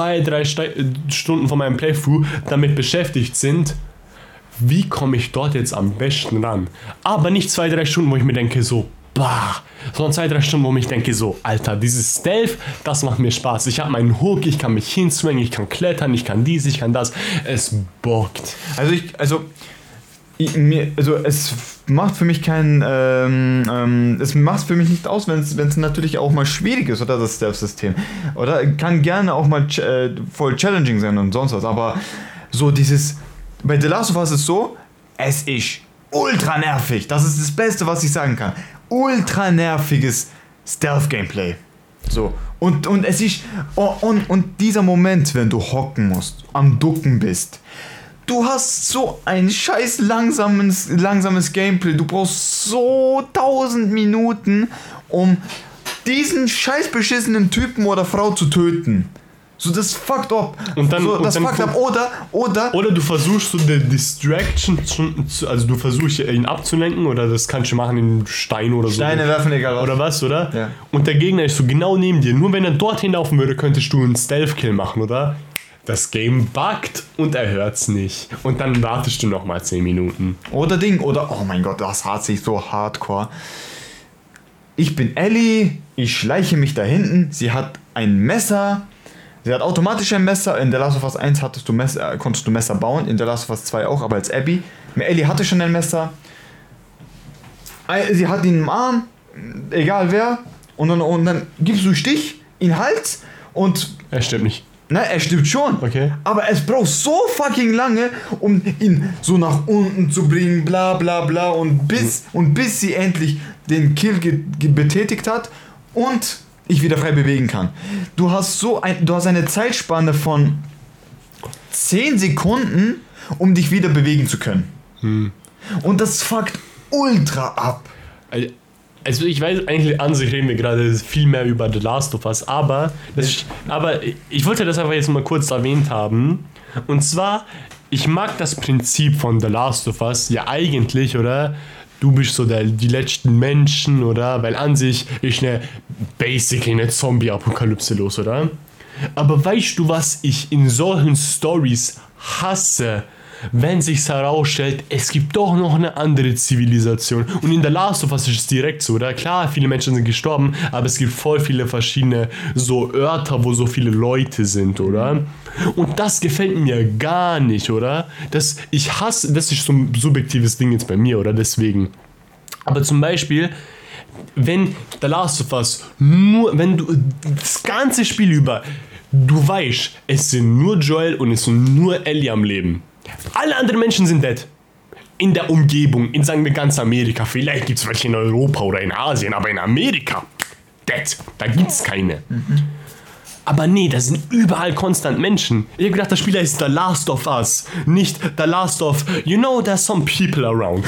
Playthrough damit beschäftigt sind, wie komme ich dort jetzt am besten ran. Aber nicht 2-3 Stunden, wo ich mir denke so, sondern 2-3 Stunden, wo ich denke so, Alter, dieses Stealth, das macht mir Spaß. Ich habe meinen Hook, ich kann mich hinzwängen, ich kann klettern, ich kann dies, ich kann das. Es bockt. Es macht für mich es macht für mich nicht aus, wenn es natürlich auch mal schwierig ist, oder das Stealth-System. Oder kann gerne auch mal voll challenging sein und sonst was. Aber so bei The Last of Us ist so, es ist ultra nervig. Das ist das Beste, was ich sagen kann. Ultra nerviges Stealth-Gameplay. So. Und es ist. Und dieser Moment, wenn du hocken musst, am Ducken bist. Du hast so ein scheiß langsames Gameplay. Du brauchst so 1000 Minuten, um diesen scheiß beschissenen Typen oder Frau zu töten. So, das fuckt up. Oder du versuchst so eine Distraction, also du versuchst ihn abzulenken, oder das kannst du machen in Stein oder so. Steine werfen, egal was. Oder was, oder? Ja. Und der Gegner ist so genau neben dir. Nur wenn er dorthin laufen würde, könntest du einen Stealth-Kill machen, oder? das Game buggt und er hört's nicht. Und dann wartest du nochmal 10 Minuten. Oder oh mein Gott, das hat sich so hardcore. Ich bin Ellie, ich schleiche mich da hinten, sie hat ein Messer, sie hat automatisch ein Messer. In The Last of Us 1 konntest du Messer bauen, in The Last of Us 2 auch, aber als Abby. Ellie hatte schon ein Messer. Sie hat ihn im Arm, egal wer, und dann gibst du Stich in den Hals und... Er stimmt nicht. Nein, er stirbt schon. Okay. Aber es braucht so fucking lange, um ihn so nach unten zu bringen, bla bla bla. Und bis sie endlich den Kill betätigt hat und ich wieder frei bewegen kann. Du hast eine Zeitspanne von 10 Sekunden, um dich wieder bewegen zu können. Und das fuckt ultra ab. Also ich weiß, eigentlich an sich reden wir gerade viel mehr über The Last of Us, aber ich wollte das einfach jetzt mal kurz erwähnt haben. Und zwar, ich mag das Prinzip von The Last of Us ja eigentlich, oder? Du bist so die letzten Menschen, oder? Weil an sich ist basically eine Zombie-Apokalypse los, oder? Aber weißt du, was ich in solchen Stories hasse? Wenn sich's herausstellt, es gibt doch noch eine andere Zivilisation. Und in The Last of Us ist es direkt so, oder? Klar, viele Menschen sind gestorben, aber es gibt voll viele verschiedene so Örter, wo so viele Leute sind, oder? Und das gefällt mir gar nicht, oder? Das ist so ein subjektives Ding jetzt bei mir, oder? Deswegen. Aber zum Beispiel, wenn The Last of Us wenn du das ganze Spiel über, du weißt, es sind nur Joel und es sind nur Ellie am Leben. Alle anderen Menschen sind dead. In der Umgebung, in sagen wir ganz Amerika. Vielleicht gibt es welche in Europa oder in Asien, aber in Amerika, dead. Da gibt es keine. Aber nee, da sind überall konstant Menschen. Ich hab gedacht, das Spiel heißt The Last of Us, nicht The Last of, you know, there's some people around.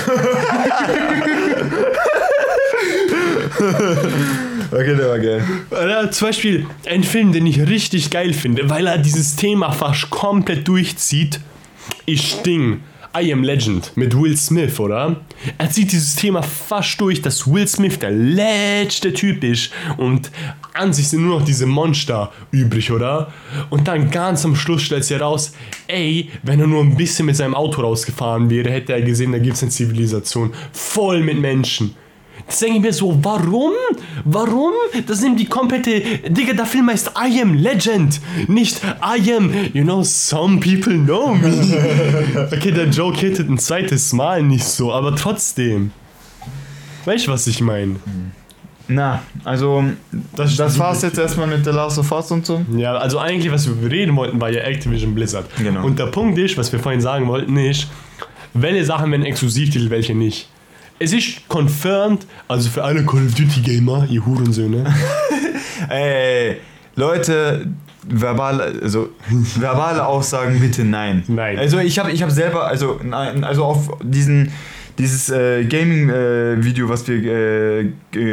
Okay, der war geil. Zum Beispiel ein Film, den ich richtig geil finde, weil er dieses Thema fast komplett durchzieht, ist Ding, I Am Legend mit Will Smith, oder? Er zieht dieses Thema fast durch, dass Will Smith der letzte Typ ist und an sich sind nur noch diese Monster übrig, oder? Und dann ganz am Schluss stellt sich heraus, ey, wenn er nur ein bisschen mit seinem Auto rausgefahren wäre, hätte er gesehen, da gibt es eine Zivilisation voll mit Menschen. Das denke ich mir so, warum? Warum? Das nimmt die komplette... Digga, der Film heißt I Am Legend, nicht I Am, you know, some people know me. Okay, der Joke hittet ein zweites Mal nicht so, aber trotzdem. Weißt du, was ich meine? Na, also, das war's jetzt erstmal mit The Last of Us und so. Ja, also eigentlich, was wir reden wollten, war ja Activision Blizzard. Genau. Und der Punkt ist, was wir vorhin sagen wollten, ist, welche Sachen werden Exklusivtitel, welche nicht. Es ist confirmed, also für alle Call of Duty Gamer, ihr Hurensöhne. Ey, Leute, verbale Aussagen bitte nein. Nein. Also ich hab selber, also auf dieses Gaming-Video, was wir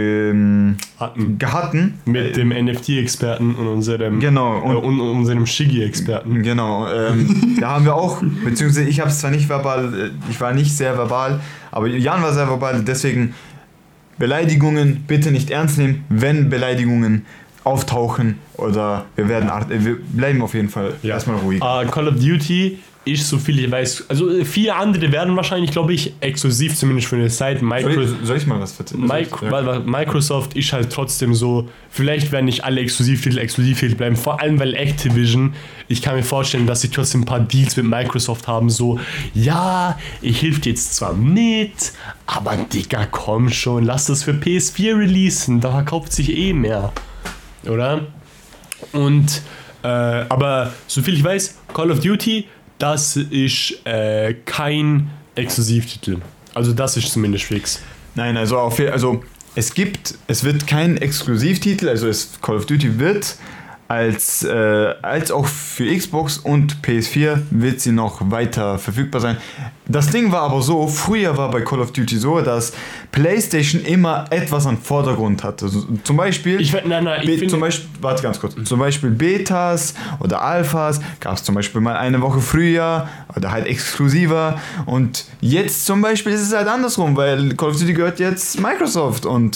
hatten. Mit dem NFT-Experten und unserem, genau, und unserem Shiggy-Experten. Genau, da haben wir auch, beziehungsweise ich habe es zwar nicht verbal, ich war nicht sehr verbal, aber Jan war sehr verbal, deswegen Beleidigungen bitte nicht ernst nehmen, wenn Beleidigungen auftauchen oder wir bleiben auf jeden Fall erstmal ruhig. Call of Duty ist, so viel ich weiß, also viele andere werden wahrscheinlich, glaube ich, exklusiv zumindest für eine Zeit. Soll ich mal was erzählen? Microsoft ist halt trotzdem so, vielleicht werden nicht alle Exklusivtitel bleiben, vor allem weil Activision, ich kann mir vorstellen, dass sie trotzdem ein paar Deals mit Microsoft haben, so, ja, ich helfe dir jetzt zwar mit, aber Digga, komm schon, lass das für PS4 releasen, da verkauft sich eh mehr, oder? Und, aber soviel ich weiß, Call of Duty, das ist kein Exklusivtitel. Also das ist zumindest fix. Nein, also es wird kein Exklusivtitel, also Call of Duty wird als auch für Xbox und PS4 wird sie noch weiter verfügbar sein. Das Ding war aber so, früher war bei Call of Duty so, dass PlayStation immer etwas an Vordergrund hatte. Also, zum Beispiel, warte ganz kurz, zum Beispiel Betas oder Alphas gab es zum Beispiel mal eine Woche früher oder halt exklusiver und jetzt zum Beispiel ist es halt andersrum, weil Call of Duty gehört jetzt Microsoft und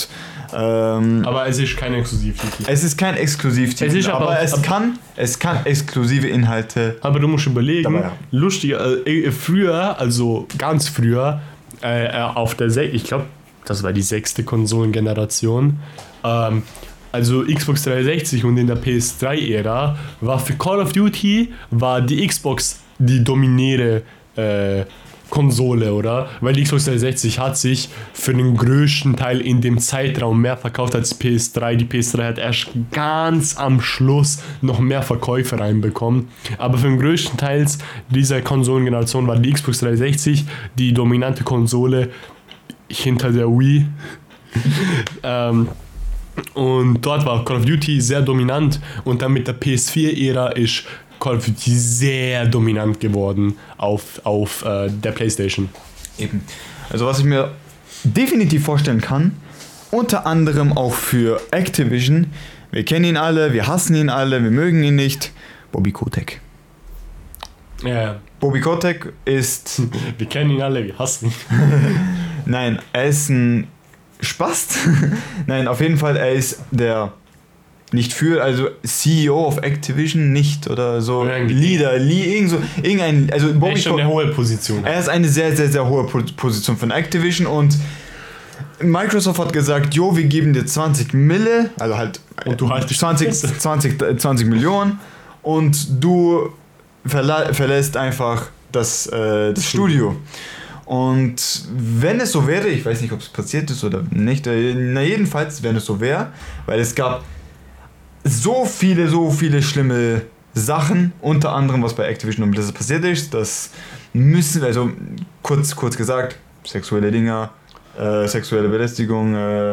Aber es ist kein Exklusivtitel. Es ist kein Exklusivtitel, aber es kann exklusive Inhalte. Aber du musst überlegen, dabei. Lustiger, früher, also ganz früher, auf der ich glaube, das war die 6. Konsolengeneration, also Xbox 360 und in der PS3-Ära war für Call of Duty war die Xbox die dominäre Konsole, oder? Weil die Xbox 360 hat sich für den größten Teil in dem Zeitraum mehr verkauft als die PS3. Die PS3 hat erst ganz am Schluss noch mehr Verkäufe reinbekommen. Aber für den größten Teil dieser Konsolengeneration war die Xbox 360 die dominante Konsole hinter der Wii. Und dort war Call of Duty sehr dominant und dann mit der PS4-Ära ist Call of Duty sehr dominant geworden auf der PlayStation. Eben. Also was ich mir definitiv vorstellen kann, unter anderem auch für Activision, wir kennen ihn alle, wir hassen ihn alle, wir mögen ihn nicht, Bobby Kotick. Ja. Bobby Kotick ist... Wir kennen ihn alle, wir hassen ihn. Nein, er ist ein Spast. Nein, auf jeden Fall, er ist der... Nicht für, also CEO of Activision nicht oder so, Leader, irgendein, also Bobby er ist schon eine hohe Position. Er ist eine sehr, sehr, sehr hohe Position von Activision und Microsoft hat gesagt, jo, wir geben dir 20 Mille, also halt und du halt 20 Millionen und du verlässt einfach das Studio. Und wenn es so wäre, ich weiß nicht, ob es passiert ist oder nicht, na jedenfalls, wenn es so wäre, weil es gab so viele schlimme Sachen, unter anderem was bei Activision und Blizzard passiert ist, das müssen, also kurz gesagt, sexuelle Dinger, sexuelle Belästigung,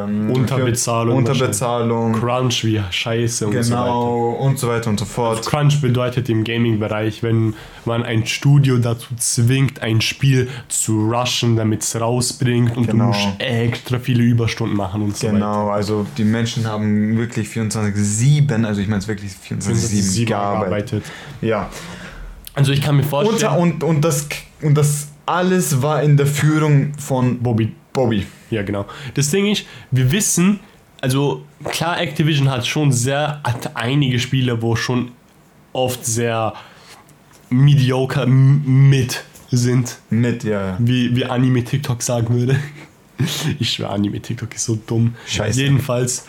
Unterbezahlung, Crunch wie Scheiße und so weiter. Genau, und so weiter und so fort. Also Crunch bedeutet im Gaming-Bereich, wenn man ein Studio dazu zwingt, ein Spiel zu rushen, damit es rausbringt und du musst extra viele Überstunden machen und so weiter. Genau, also die Menschen haben wirklich 24/7, also ich meine es wirklich 24/7 gearbeitet. Ja. Also ich kann mir vorstellen... Und das alles war in der Führung von Bobby. Ja, genau. Das Ding ist, wir wissen, also klar, Activision hat einige Spiele, wo schon oft sehr mediocre sind. Ja. Wie Anime-TikTok sagen würde. Ich schwöre, Anime-TikTok ist so dumm. Scheiße. Jedenfalls,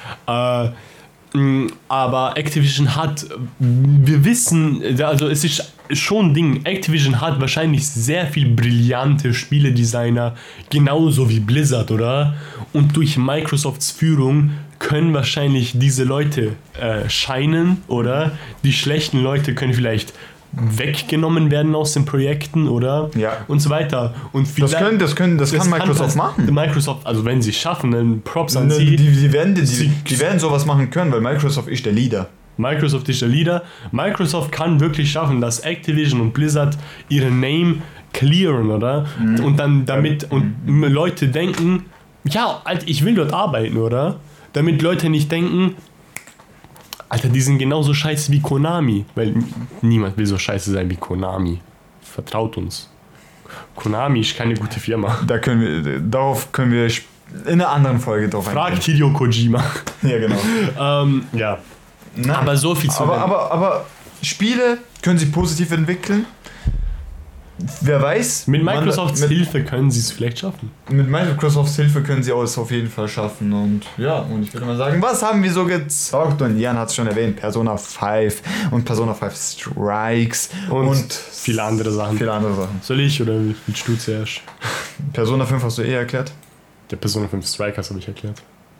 aber Activision hat, wir wissen, also es ist schon ein Ding, Activision hat wahrscheinlich sehr viel brillante Spieledesigner, genauso wie Blizzard, oder? Und durch Microsofts Führung können wahrscheinlich diese Leute scheinen, oder? Die schlechten Leute können vielleicht weggenommen werden aus den Projekten, oder? Ja. Und so weiter. Und das kann Microsoft machen. Microsoft, also wenn sie es schaffen, dann Props an sie. Die werden sowas machen können, weil Microsoft ist der Leader. Microsoft ist der Leader. Microsoft kann wirklich schaffen, dass Activision und Blizzard ihren Name clearen, oder? Und dann damit Leute denken, ja, Alter, ich will dort arbeiten, oder? Damit Leute nicht denken, Alter, die sind genauso scheiße wie Konami. Weil niemand will so scheiße sein wie Konami. Vertraut uns. Konami ist keine gute Firma. Darauf können wir in einer anderen Folge drauf eingehen. Fragt Hideo Kojima. Ja, genau. Ja. Na, aber so viel zu aber Spiele können sich positiv entwickeln. Wer weiß. Mit Microsofts Hilfe können sie es vielleicht schaffen. Mit Microsofts Hilfe können sie es auf jeden Fall schaffen. Und ja, und ich würde mal sagen, was haben wir so gezockt? Und Jan hat es schon erwähnt, Persona 5 und Persona 5 Strikes und viele andere Sachen. Soll ich oder willst du zuerst? Persona 5 hast du erklärt? Der Persona 5 Strikers habe ich erklärt.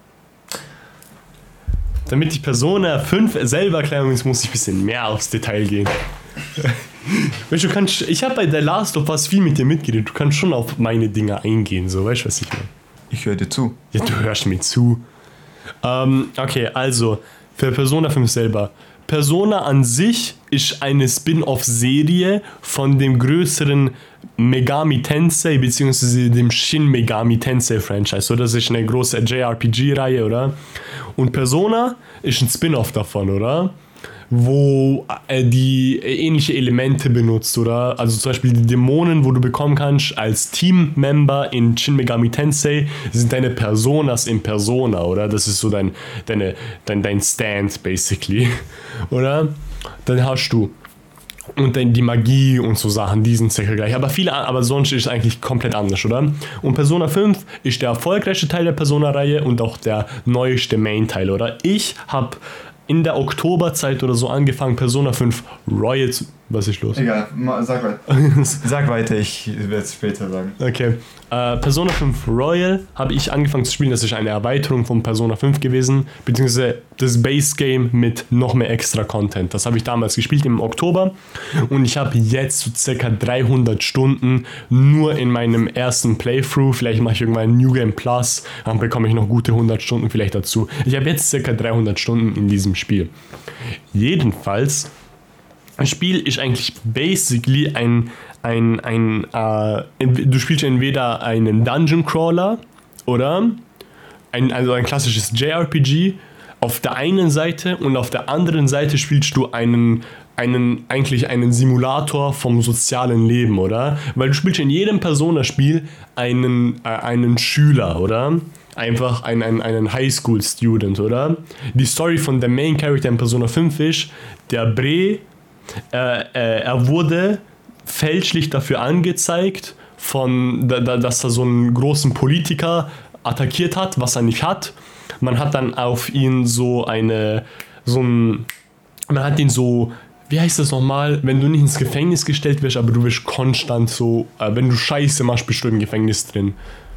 Damit ich Persona 5 selber erklären muss ich ein bisschen mehr aufs Detail gehen. Weißt du, ich habe bei The Last of Us viel mit dir mitgeredet. Du kannst schon auf meine Dinge eingehen, so, weißt du, was ich meine? Ich höre dir zu. Ja, du hörst mir zu. Okay, also, für Persona 5 selber. Persona an sich ist eine Spin-off-Serie von dem größeren Megami Tensei bzw. dem Shin Megami Tensei Franchise. So, das ist eine große JRPG-Reihe, oder? Und Persona ist ein Spin-off davon, oder? wo die ähnliche Elemente benutzt, oder? Also zum Beispiel die Dämonen, wo du bekommen kannst als Team-Member in Shin Megami Tensei, sind deine Personas in Persona, oder? Das ist so dein Stand, basically, oder? Dann hast du und dann die Magie und so Sachen, die sind circa gleich. Aber sonst ist es eigentlich komplett anders, oder? Und Persona 5 ist der erfolgreichste Teil der Persona-Reihe und auch der neueste Main-Teil, oder? Ich habe in der Oktoberzeit oder so angefangen, Persona 5 Royal zu... Was ist los? Egal, sag weiter. Sag weiter, ich werde es später sagen. Okay. Persona 5 Royal habe ich angefangen zu spielen. Das ist eine Erweiterung von Persona 5 gewesen, beziehungsweise das Base Game mit noch mehr extra Content. Das habe ich damals gespielt im Oktober und ich habe jetzt so ca. 300 Stunden nur in meinem ersten Playthrough. Vielleicht mache ich irgendwann New Game Plus, dann bekomme ich noch gute 100 Stunden vielleicht dazu. Ich habe jetzt ca. 300 Stunden in diesem Spiel. Jedenfalls, das Spiel ist eigentlich basically du spielst entweder einen Dungeon Crawler oder also ein klassisches JRPG auf der einen Seite und auf der anderen Seite spielst du einen Simulator vom sozialen Leben, oder? Weil du spielst in jedem Persona-Spiel einen Schüler, oder? Einfach einen Highschool-Student, oder? Die Story von der Main Character in Persona 5 ist, der Bre, er wurde fälschlich dafür angezeigt, dass er so einen großen Politiker attackiert hat, was er nicht hat. Man hat dann auf ihn wie heißt das nochmal, wenn du nicht ins Gefängnis gestellt wirst, aber du wirst konstant so, wenn du Scheiße machst, bist du im Gefängnis drin.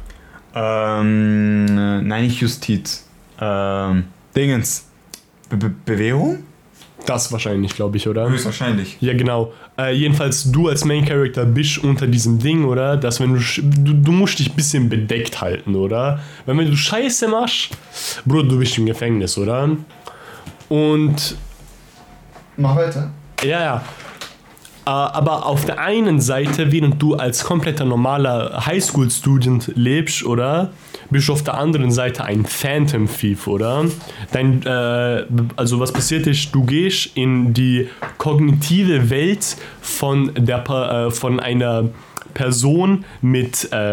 Nein, nicht Justiz. Dingens. Bewährung? Das wahrscheinlich, glaube ich, oder? Höchstwahrscheinlich. Ja, genau. Jedenfalls, du als Main Character bist unter diesem Ding, oder? Dass wenn du musst dich ein bisschen bedeckt halten, oder? Weil wenn du Scheiße machst, Bro, du bist im Gefängnis, oder? Und... Mach weiter. Ja. Aber auf der einen Seite, während du als kompletter normaler Highschool-Student lebst, oder? Bist du auf der anderen Seite ein Phantom Thief, oder? Also was passiert ist, du gehst in die kognitive Welt von einer Person mit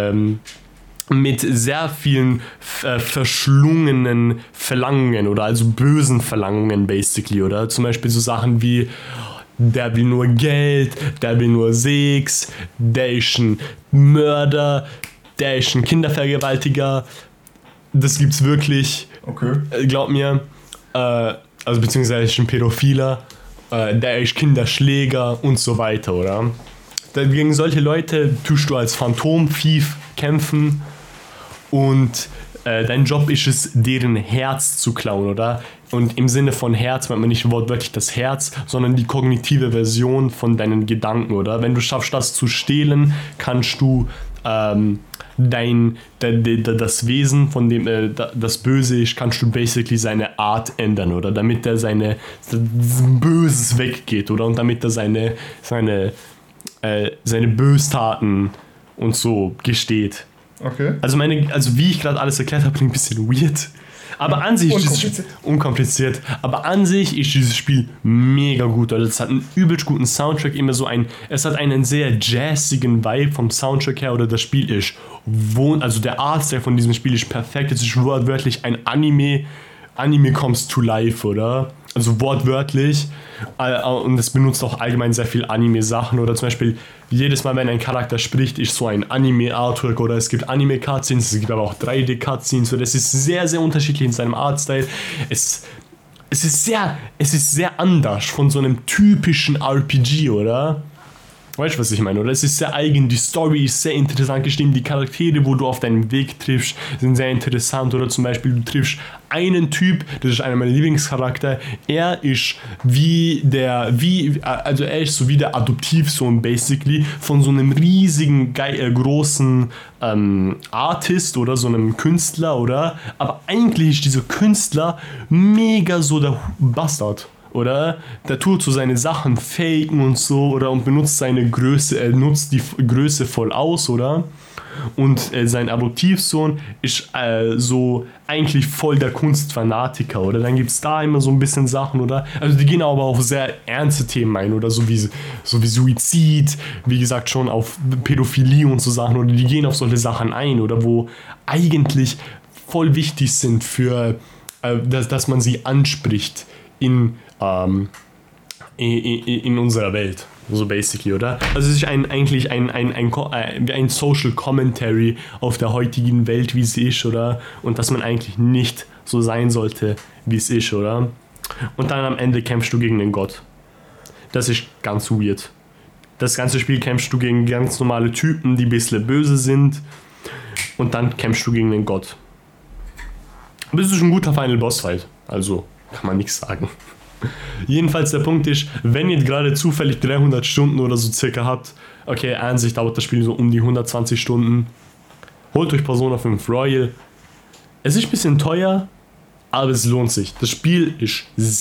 sehr vielen verschlungenen Verlangungen, oder also bösen Verlangungen, basically, oder? Zum Beispiel so Sachen wie: der will nur Geld, der will nur Sex, der ist ein Mörder, der ist ein Kindervergewaltiger. Das gibt's wirklich. Okay. Glaub mir. Also beziehungsweise ist ein Pädophiler, der ist Kinderschläger und so weiter, oder? Gegen solche Leute tust du als Phantom-Thief kämpfen und dein Job ist es, deren Herz zu klauen, oder? Und im Sinne von Herz meint man nicht wortwörtlich das Herz, sondern die kognitive Version von deinen Gedanken, oder? Wenn du schaffst, das zu stehlen, kannst du das Wesen, von dem das Böse ist, kannst du basically seine Art ändern, oder? Damit er seine Böses weggeht, oder? Und damit er seine Böstaten und so gesteht. Okay. Also wie ich gerade alles erklärt habe, klingt ein bisschen weird. Aber an sich ist unkompliziert. Aber an sich ist dieses Spiel mega gut. Also es hat einen übelst guten Soundtrack, es hat einen sehr jazzigen Vibe vom Soundtrack her, oder das Spiel ist also der Artstyle von diesem Spiel ist perfekt. Es ist wortwörtlich ein Anime comes to life, oder? Also wortwörtlich. Und es benutzt auch allgemein sehr viel Anime-Sachen, oder zum Beispiel jedes Mal, wenn ein Charakter spricht, ist so ein Anime-Artwork, oder es gibt Anime-Cutscenes, es gibt aber auch 3D-Cutscenes, so, das ist sehr, sehr unterschiedlich in seinem Artstyle. Es ist sehr anders von so einem typischen RPG, oder? Weißt du, was ich meine, oder? Es ist sehr eigen, die Story ist sehr interessant geschrieben, die Charaktere, wo du auf deinem Weg triffst, sind sehr interessant, oder zum Beispiel du triffst einen Typ, das ist einer meiner Lieblingscharakter, er ist er ist so wie der Adoptivsohn basically von so einem riesigen, großen Artist oder so einem Künstler, oder? Aber eigentlich ist dieser Künstler mega so der Bastard. Oder? Der tut so seine Sachen faken und so, oder? Und benutzt seine Größe, er nutzt die Größe voll aus, oder? und sein Adoptivsohn ist so eigentlich voll der Kunstfanatiker, oder? Dann gibt es da immer so ein bisschen Sachen, oder? Also die gehen aber auf sehr ernste Themen ein, oder? So wie Suizid, wie gesagt schon auf Pädophilie und so Sachen, oder die gehen auf solche Sachen ein, oder wo eigentlich voll wichtig sind für, dass man sie anspricht in unserer Welt. So basically, oder? Also es ist eigentlich ein Social Commentary auf der heutigen Welt, wie sie ist, oder? Und dass man eigentlich nicht so sein sollte, wie es ist, oder? Und dann am Ende kämpfst du gegen den Gott. Das ist ganz weird. Das ganze Spiel kämpfst du gegen ganz normale Typen, die ein bisschen böse sind. Und dann kämpfst du gegen den Gott. Aber das ist ein guter Final Boss Fight. Also kann man nichts sagen. Jedenfalls der Punkt ist, wenn ihr gerade zufällig 300 Stunden oder so circa habt, okay, an sich dauert das Spiel so um die 120 Stunden, holt euch Persona 5 Royal. Es ist ein bisschen teuer, aber es lohnt sich. Das Spiel ist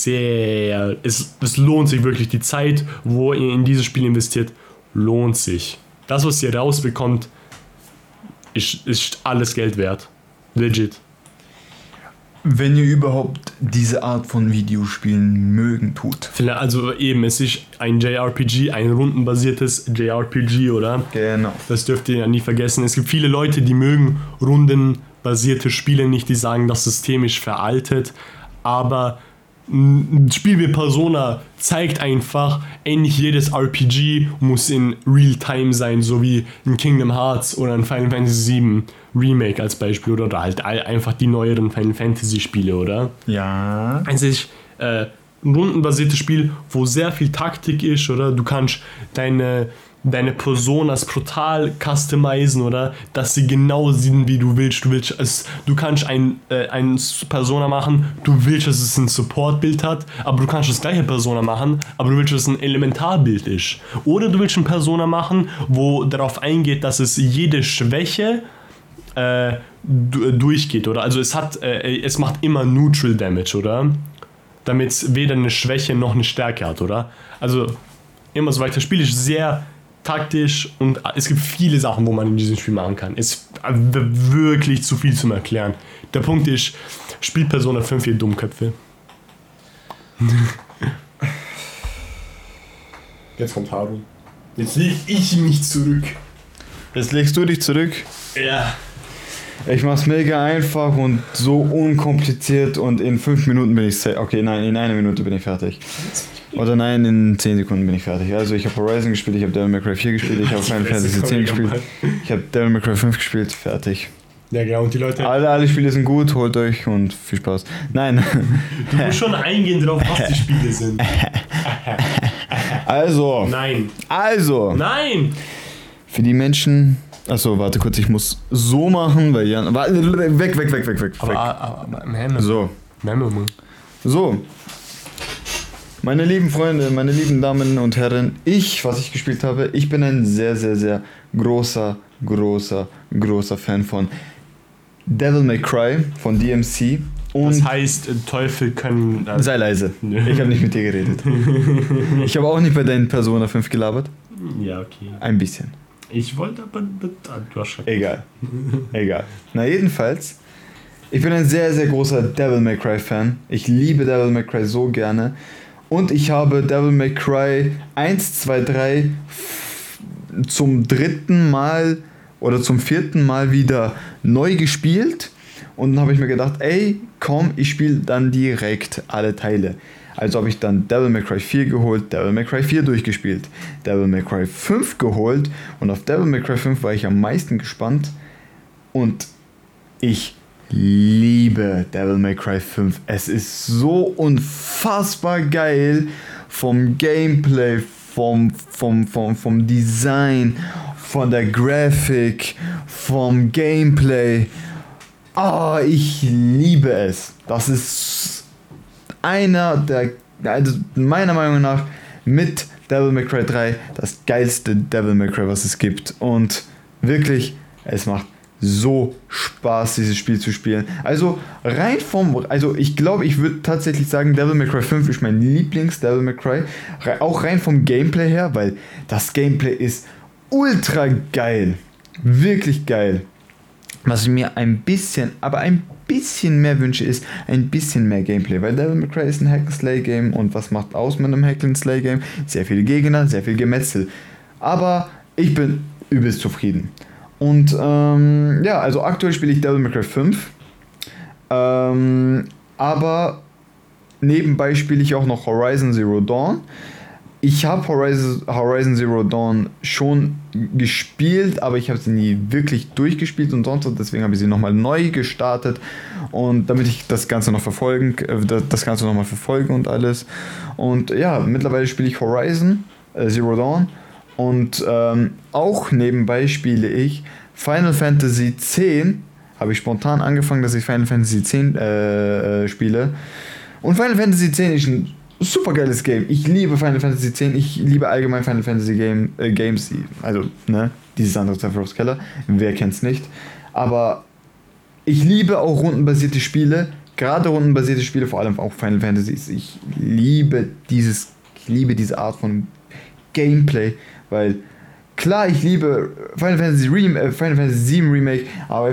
es lohnt sich wirklich. Die Zeit, wo ihr in dieses Spiel investiert, lohnt sich. Das, was ihr rausbekommt, ist alles Geld wert. Legit. Wenn ihr überhaupt diese Art von Videospielen mögen tut. Also eben, es ist ein JRPG, ein rundenbasiertes JRPG, oder? Genau. Das dürft ihr ja nie vergessen. Es gibt viele Leute, die mögen rundenbasierte Spiele nicht, die sagen, das System ist veraltet, aber ein Spiel wie Persona zeigt einfach, nicht jedes RPG muss in Real-Time sein, so wie ein Kingdom Hearts oder ein Final Fantasy VII Remake als Beispiel, oder halt einfach die neueren Final Fantasy Spiele, oder? Ja. Also ein rundenbasiertes Spiel, wo sehr viel Taktik ist, oder? Du kannst deine Personas brutal customizen, oder? Dass sie genau sind, wie du willst. Du kannst ein Persona machen, du willst, dass es ein Support-Bild hat, aber du kannst das gleiche Persona machen, aber du willst, dass es ein Elementarbild ist. Oder du willst ein Persona machen, wo darauf eingeht, dass es jede Schwäche durchgeht, oder? Also es macht immer Neutral Damage, oder? Damit es weder eine Schwäche noch eine Stärke hat, oder? Also immer so weiter. Das Spiel ist sehr taktisch und es gibt viele Sachen, wo man in diesem Spiel machen kann. Es ist wirklich zu viel zum Erklären. Der Punkt ist, spielt Persona 5 ihr Dummköpfe. Jetzt kommt Haru. Jetzt leg ich mich zurück. Jetzt legst du dich zurück? Ja. Ich mach's mega einfach und so unkompliziert und in 5 Minuten bin ich okay, nein, in 1 Minute bin ich fertig. Oder nein, in 10 Sekunden bin ich fertig. Also ich habe Horizon gespielt, ich habe Devil May Cry 4 gespielt, ich habe Final Fantasy 10 gespielt, ich habe Devil May Cry 5 gespielt, fertig. Ja genau, und die Leute... Alle Spiele sind gut, holt euch und viel Spaß. Nein. Du musst schon eingehen drauf, was die Spiele sind. Also. Nein. Also. Nein! Für die Menschen... Achso, warte kurz, ich muss so machen, weil Jan... Weg. Aber So. So. Meine lieben Freunde, meine lieben Damen und Herren, was ich gespielt habe, ich bin ein sehr, sehr, sehr großer Fan von Devil May Cry von DMC. Und das heißt, Teufel können... sei leise, ich habe nicht mit dir geredet. Ich habe auch nicht bei deinen Persona 5 gelabert. Ja, okay. Ein bisschen. Ich wollte aber... Du hast schon... Egal. Na jedenfalls, ich bin ein sehr, sehr großer Devil May Cry Fan. Ich liebe Devil May Cry so gerne. Und ich habe Devil May Cry 1, 2, 3 zum 3. Mal oder zum 4. Mal wieder neu gespielt. Und dann habe ich mir gedacht, ey, komm, ich spiele dann direkt alle Teile. Also habe ich dann Devil May Cry 4 geholt, Devil May Cry 4 durchgespielt, Devil May Cry 5 geholt und auf Devil May Cry 5 war ich am meisten gespannt und ich liebe Devil May Cry 5. Es ist so unfassbar geil vom Gameplay, vom Design, von der Grafik, vom Gameplay. Ich liebe es. Das ist einer der, also meiner Meinung nach mit Devil May Cry 3 das geilste Devil May Cry, was es gibt. Und wirklich, es macht so Spaß, dieses Spiel zu spielen. Also ich glaube, ich würde tatsächlich sagen, Devil May Cry 5 ist mein Lieblings Devil May Cry. Auch rein vom Gameplay her, weil das Gameplay ist ultra geil. wirklich geil. Was ich mir ein bisschen mehr wünsche, ist ein bisschen mehr Gameplay, weil Devil May Cry ist ein Hack-and-Slay-Game und was macht aus mit einem Hack-and-Slay-Game? Sehr viele Gegner, sehr viel Gemetzel. Aber ich bin übelst zufrieden. Und ja, also aktuell spiele ich Devil May Cry 5. Aber nebenbei spiele ich auch noch Horizon Zero Dawn. Ich habe Horizon Zero Dawn schon gespielt, aber ich habe sie nie wirklich durchgespielt und sonst, deswegen habe ich sie nochmal neu gestartet und damit ich das Ganze noch verfolgen und alles. Und ja, mittlerweile spiele ich Horizon Zero Dawn und auch nebenbei spiele ich Final Fantasy X. Habe ich spontan angefangen, dass ich Final Fantasy X spiele. Und Final Fantasy X ist ein super geiles Game. Ich liebe Final Fantasy X. Ich liebe allgemein Final Fantasy Games. Also, ne, dieses andere Sephiroth's Keller. Wer kennt's nicht? Aber ich liebe auch rundenbasierte Spiele. Gerade rundenbasierte Spiele, vor allem auch Final Fantasy. Ich liebe diese Art von Gameplay, weil klar, ich liebe Final Fantasy 7 Remake, aber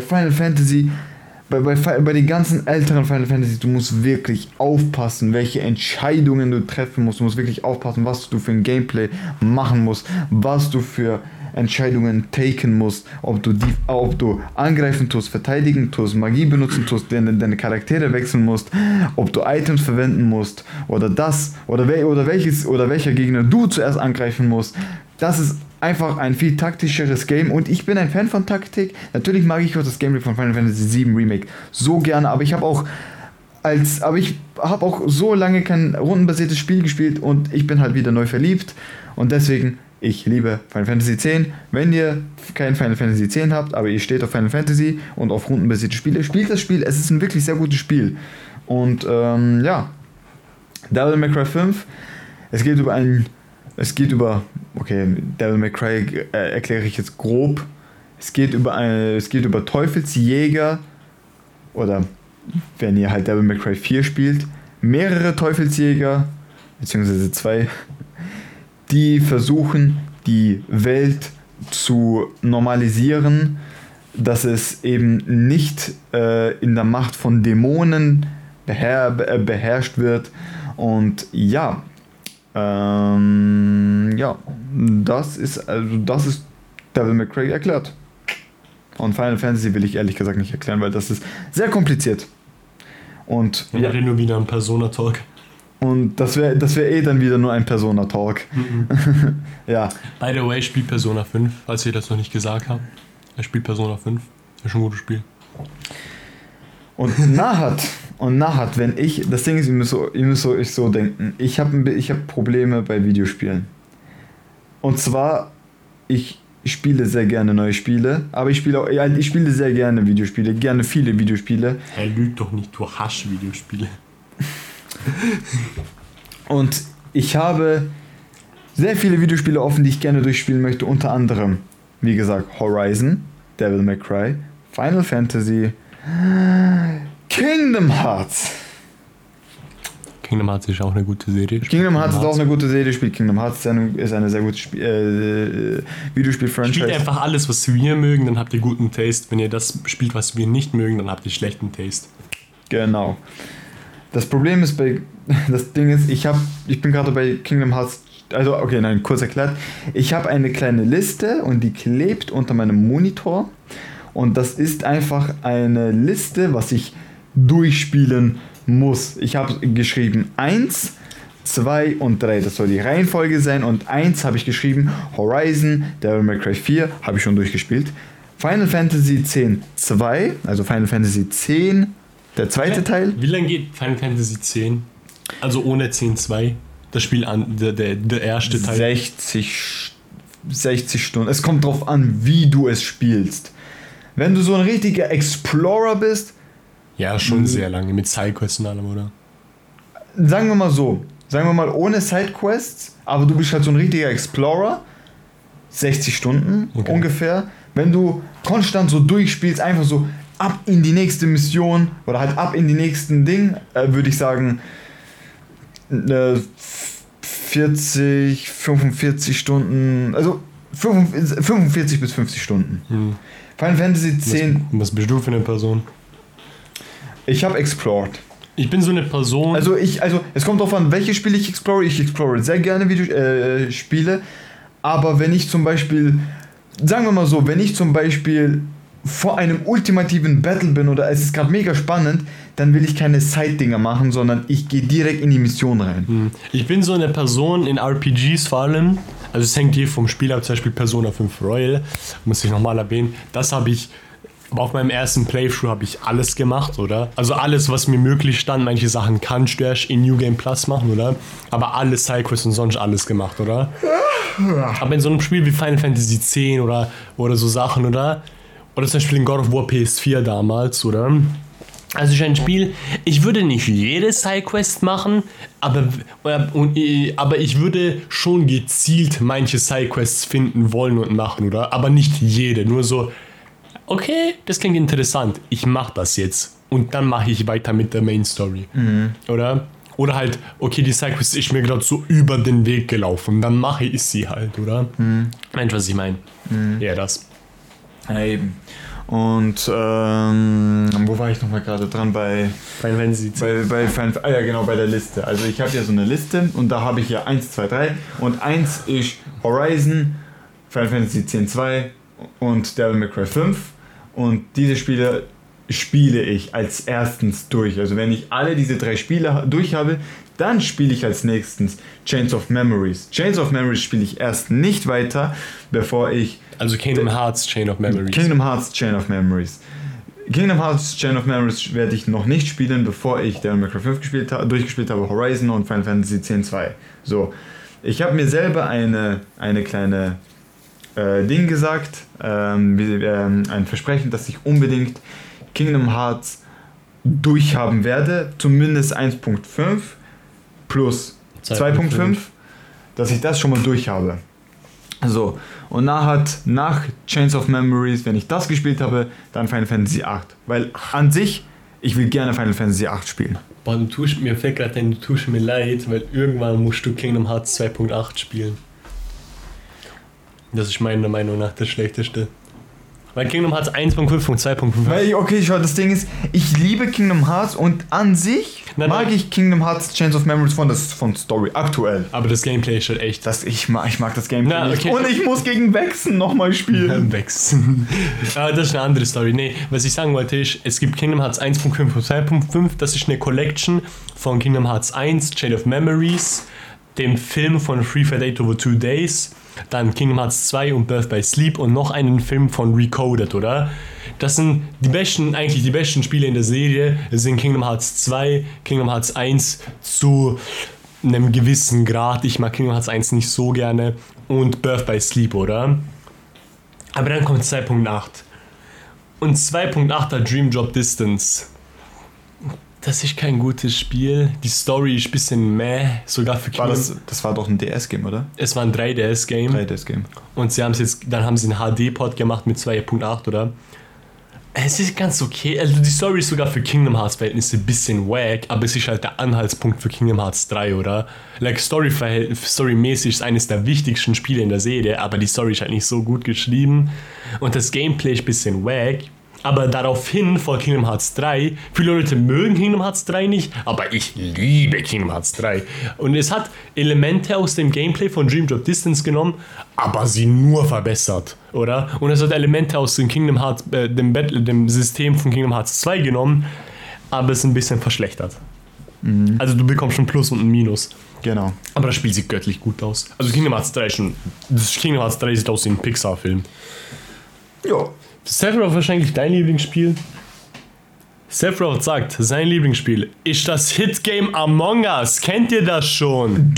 bei den ganzen älteren Final Fantasy, du musst wirklich aufpassen, welche Entscheidungen du treffen musst. Du musst wirklich aufpassen, was du für ein Gameplay machen musst, was du für Entscheidungen taken musst, ob du angreifen tust, verteidigen tust, Magie benutzen tust, deine Charaktere wechseln musst, ob du Items verwenden musst oder welcher Gegner du zuerst angreifen musst. Das ist einfach ein viel taktischeres Game und ich bin ein Fan von Taktik. Natürlich mag ich auch das Gameplay von Final Fantasy 7 Remake so gerne, aber ich habe auch so lange kein rundenbasiertes Spiel gespielt und ich bin halt wieder neu verliebt und deswegen, ich liebe Final Fantasy X. Wenn ihr kein Final Fantasy X habt, aber ihr steht auf Final Fantasy und auf rundenbasierte Spiele, spielt das Spiel, es ist ein wirklich sehr gutes Spiel. Und ja, Devil May Cry 5, okay, Devil May Cry erkläre ich jetzt grob. Es geht über Teufelsjäger oder wenn ihr halt Devil May Cry 4 spielt, mehrere Teufelsjäger, beziehungsweise 2, die versuchen, die Welt zu normalisieren, dass es eben nicht in der Macht von Dämonen beherrscht wird. Und ja, das ist Devil May Cry erklärt. Und Final Fantasy will ich ehrlich gesagt nicht erklären, weil das ist sehr kompliziert. Und ja, nur wieder ein Persona-Talk. Und das wäre dann wieder nur ein Persona-Talk. Ja. By the way, spielt Persona 5, falls ihr das noch nicht gesagt habt. Er spielt Persona 5. Das ist schon ein gutes Spiel. Und Nahat, das Ding ist, ihr müsst euch so denken, ich hab Probleme bei Videospielen. Und zwar, ich spiele sehr gerne neue Spiele, aber ich spiele sehr gerne Videospiele, gerne viele Videospiele. Er lügt doch nicht, du hast Videospiele. Und ich habe sehr viele Videospiele offen, die ich gerne durchspielen möchte, unter anderem, wie gesagt, Horizon, Devil May Cry, Final Fantasy, Kingdom Hearts. Kingdom Hearts ist auch eine gute Serie. Kingdom Hearts ist auch eine gute Serie. Kingdom Hearts ist eine sehr gute Videospiel-Franchise. Spielt einfach alles, was wir mögen, dann habt ihr guten Taste. Wenn ihr das spielt, was wir nicht mögen, dann habt ihr schlechten Taste. Genau. Das Problem ist das Ding ist, ich bin gerade bei Kingdom Hearts, also okay, nein, kurz erklärt. Ich habe eine kleine Liste und die klebt unter meinem Monitor und das ist einfach eine Liste, was ich durchspielen muss. Ich habe geschrieben 1, 2 und 3, das soll die Reihenfolge sein und 1 habe ich geschrieben, Horizon, Devil May Cry 4 habe ich schon durchgespielt, Final Fantasy X 2, also Final Fantasy X, der zweite Teil. Wie lange geht Final Fantasy X? Also ohne 10.2, das Spiel an, der erste Teil? 60 Stunden. Es kommt drauf an, wie du es spielst. Wenn du so ein richtiger Explorer bist. Ja, schon sehr lange, mit Sidequests und allem, oder? Sagen wir mal ohne Sidequests, aber du bist halt so ein richtiger Explorer. 60 Stunden ungefähr. Wenn du konstant so durchspielst, einfach so ab in die nächste Mission oder halt ab in die nächsten Ding, würde ich sagen 40, 45 Stunden, also 45 bis 50 Stunden. Final Fantasy X. Was bist du für eine Person? Ich habe explored. Ich bin so eine Person. Also es kommt darauf an, welche Spiele ich explore. Ich explore sehr gerne Videospiele. Aber wenn ich zum Beispiel, sagen wir mal so, wenn ich zum Beispiel vor einem ultimativen Battle bin oder es ist gerade mega spannend, dann will ich keine Side-Dinger machen, sondern ich gehe direkt in die Mission rein. Ich bin so eine Person in RPGs vor allem, also es hängt hier vom Spiel ab, zum Beispiel Persona 5 Royal, muss ich nochmal erwähnen, das habe ich, auf meinem ersten Playthrough habe ich alles gemacht, oder? Also alles, was mir möglich stand, manche Sachen kannst du erst in New Game Plus machen, oder? Aber alles Sidequests und sonst alles gemacht, oder? Aber in so einem Spiel wie Final Fantasy X oder so Sachen, oder? Oder zum Beispiel in God of War PS4 damals, oder? Also ist ein Spiel, ich würde nicht jede Sidequest machen, aber ich würde schon gezielt manche Sidequests finden wollen und machen, oder? Aber nicht jede, nur so, okay, das klingt interessant, ich mache das jetzt. Und dann mache ich weiter mit der Main Story, oder? Oder halt, okay, die Sidequest ist mir gerade so über den Weg gelaufen, dann mache ich sie halt, oder? Mensch, was ich meine? Ja, das. Ja, eben. Und wo war ich nochmal gerade dran? Bei Final Fantasy. Bei der Liste. Also ich habe ja so eine Liste und da habe ich ja 1, 2, 3 und 1 ist Horizon, Final Fantasy X-2 und Devil May Cry 5 und diese Spiele spiele ich als erstens durch. Also wenn ich alle diese 3 Spiele durch habe, dann spiele ich als nächstes Chains of Memories. Chains of Memories spiele ich erst nicht weiter, bevor ich... Also Kingdom Hearts Chain of Memories. Kingdom Hearts Chain of Memories. Kingdom Hearts Chain of Memories werde ich noch nicht spielen, bevor ich Devil May Cry 5 durchgespielt habe, Horizon und Final Fantasy X-2. So, ich habe mir selber eine kleine Ding gesagt, ein Versprechen, dass ich unbedingt Kingdom Hearts durchhaben werde, zumindest 1.5 plus 2.5, dass ich das schon mal durchhabe. So, und nach Chains of Memories, wenn ich das gespielt habe, dann Final Fantasy VIII. Weil an sich, ich will gerne Final Fantasy VIII spielen. Boah, mir fällt gerade ein, du tust mir leid, weil irgendwann musst du Kingdom Hearts 2.8 spielen. Das ist meiner Meinung nach das Schlechteste. Weil Kingdom Hearts 1.5 und 2.5. Okay, schau, das Ding ist, ich liebe Kingdom Hearts und an sich mag ich Kingdom Hearts Chains of Memories von Story, aktuell. Aber das Gameplay ist schon echt. Ich mag das Gameplay nicht. Okay. Und ich muss gegen Vexen nochmal spielen. Vexen. Aber das ist eine andere Story. Nee, was ich sagen wollte ist, es gibt Kingdom Hearts 1.5 und 2.5, das ist eine Collection von Kingdom Hearts 1, Chain of Memories, dem Film von Free Fire Date Over 2 Days, dann Kingdom Hearts 2 und Birth by Sleep und noch einen Film von Recoded, oder? Das sind die besten Spiele in der Serie, sind Kingdom Hearts 2, Kingdom Hearts 1 zu einem gewissen Grad. Ich mag Kingdom Hearts 1 nicht so gerne und Birth by Sleep, oder? Aber dann kommt 2.8 und 2.8er Dream Drop Distance. Das ist kein gutes Spiel. Die Story ist ein bisschen meh, sogar für Kinder. Das war doch ein DS-Game, oder? Es war ein 3DS-Game. 3DS-Game. Und dann haben sie einen HD-Port gemacht mit 2.8, oder? Es ist ganz okay. Also die Story ist sogar für Kingdom Hearts-Verhältnisse ein bisschen wack, aber es ist halt der Anhaltspunkt für Kingdom Hearts 3, oder? Like storymäßig ist eines der wichtigsten Spiele in der Serie, aber die Story ist halt nicht so gut geschrieben. Und das Gameplay ist ein bisschen wack. Aber daraufhin vor Kingdom Hearts 3, viele Leute mögen Kingdom Hearts 3 nicht, aber ich liebe Kingdom Hearts 3. Und es hat Elemente aus dem Gameplay von Dream Drop Distance genommen, aber sie nur verbessert, oder? Und es hat Elemente aus dem Kingdom Hearts, dem System von Kingdom Hearts 2 genommen, aber es ein bisschen verschlechtert. Mhm. Also du bekommst schon Plus und ein Minus. Genau. Aber das Spiel sieht göttlich gut aus. Also Kingdom Hearts 3 sieht aus wie ein Pixar-Film. Ja. Sephiroth wahrscheinlich dein Lieblingsspiel? Sephiroth sagt, sein Lieblingsspiel ist das Hitgame Among Us. Kennt ihr das schon?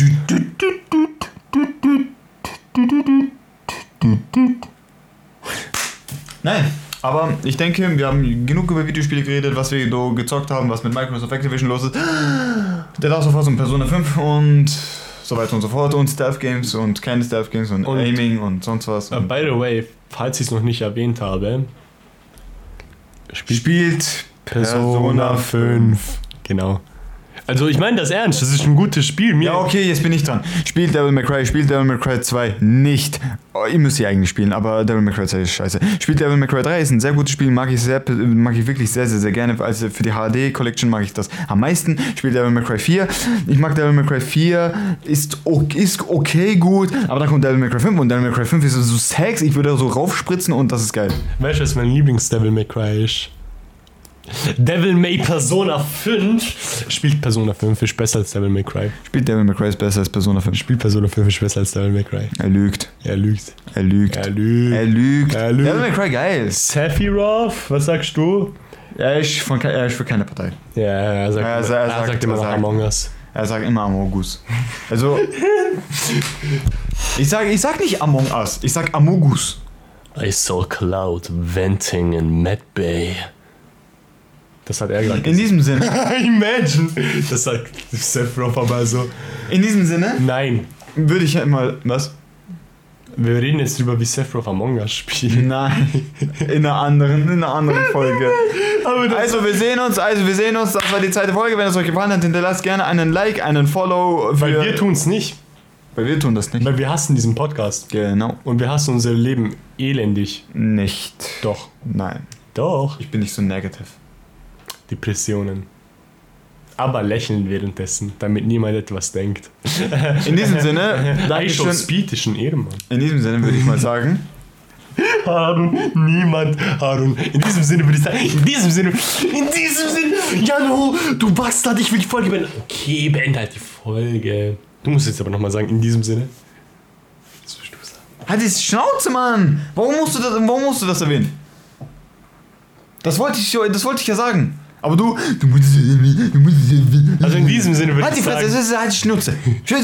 Nein, aber ich denke, wir haben genug über Videospiele geredet, was wir so gezockt haben, was mit Microsoft Activision los ist. Der Last of Us und Persona 5 und so weiter und so fort und Stealth Games und keine Stealth Games und Aiming und sonst was. By the way, falls ich es noch nicht erwähnt habe, spielt Persona 5. Genau. Also ich meine das ernst, das ist ein gutes Spiel. Ja, okay, jetzt bin ich dran. Spielt Devil May Cry 2 nicht. Oh, ihr müsst sie eigentlich spielen, aber Devil May Cry 2 ist scheiße. Spielt Devil May Cry 3, ist ein sehr gutes Spiel, mag ich wirklich sehr, sehr, sehr gerne. Also für die HD Collection mag ich das am meisten. Spielt Devil May Cry 4. Ich mag Devil May Cry 4, ist okay gut, aber dann kommt Devil May Cry 5 und Devil May Cry 5 ist so Sex, ich würde da so raufspritzen und das ist geil. Weißt du, was mein Lieblings-Devil May Cry ist? Devil May Persona 5. Spielt Persona 5 ist besser als Devil May Cry. Spielt Devil May Cry ist besser als Persona 5. Spielt Persona 5 ist besser als Devil May Cry. Er lügt. Er lügt. Er lügt. Er lügt. Er lügt. Er lügt. Devil May Cry geil. Sephiroth, was sagst du? Er ist für keine Partei. Ja, er sagt immer noch Among Us. Er sagt immer Amogus. Also, ich sag nicht Among Us, ich sag Amogus. I saw Cloud venting in Medbay. Das hat er gesagt. In diesem Sinne. Imagine. Das sagt Sephiroth aber so. In diesem Sinne? Nein. Würde ich ja immer. Was? Wir reden jetzt drüber, wie Sephiroth Among Us spielt. Nein. In einer anderen Folge. Also wir sehen uns. Das war die zweite Folge. Wenn es euch gefallen hat, hinterlasst gerne einen Like, einen Follow. Weil wir tun's nicht. Weil wir tun das nicht. Weil wir hassen diesen Podcast. Genau. Und wir hassen unser Leben elendig. Nicht. Doch. Nein. Doch. Ich bin nicht so negativ. Depressionen. Aber lächeln währenddessen, damit niemand etwas denkt. In diesem Sinne, Dankeschön. Speed ist ein Ehrenmann. In diesem Sinne würde ich mal sagen. Harun, niemand, Harun. In diesem Sinne würde ich sagen, in diesem Sinne, Jano, du Bastard, ich will die Folge beenden. Okay, beende halt die Folge. Du musst jetzt aber nochmal sagen, in diesem Sinne. Was willst du sagen? Halt die Schnauze, Mann! Warum musst du das erwähnen? Das wollte ich ja sagen. Aber du musst Also in diesem Sinne würde ich sagen... Halt die Fresse, halt die Schnauze.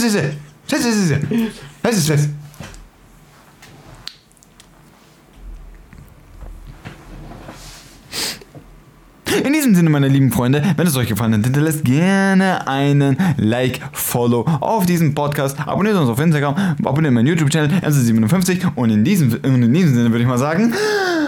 Das ist fest. In diesem Sinne, meine lieben Freunde, wenn es euch gefallen hat, hinterlasst gerne einen Like, Follow auf diesem Podcast, abonniert uns auf Instagram, abonniert meinen YouTube-Channel, MC57 und in diesem Sinne würde ich mal sagen...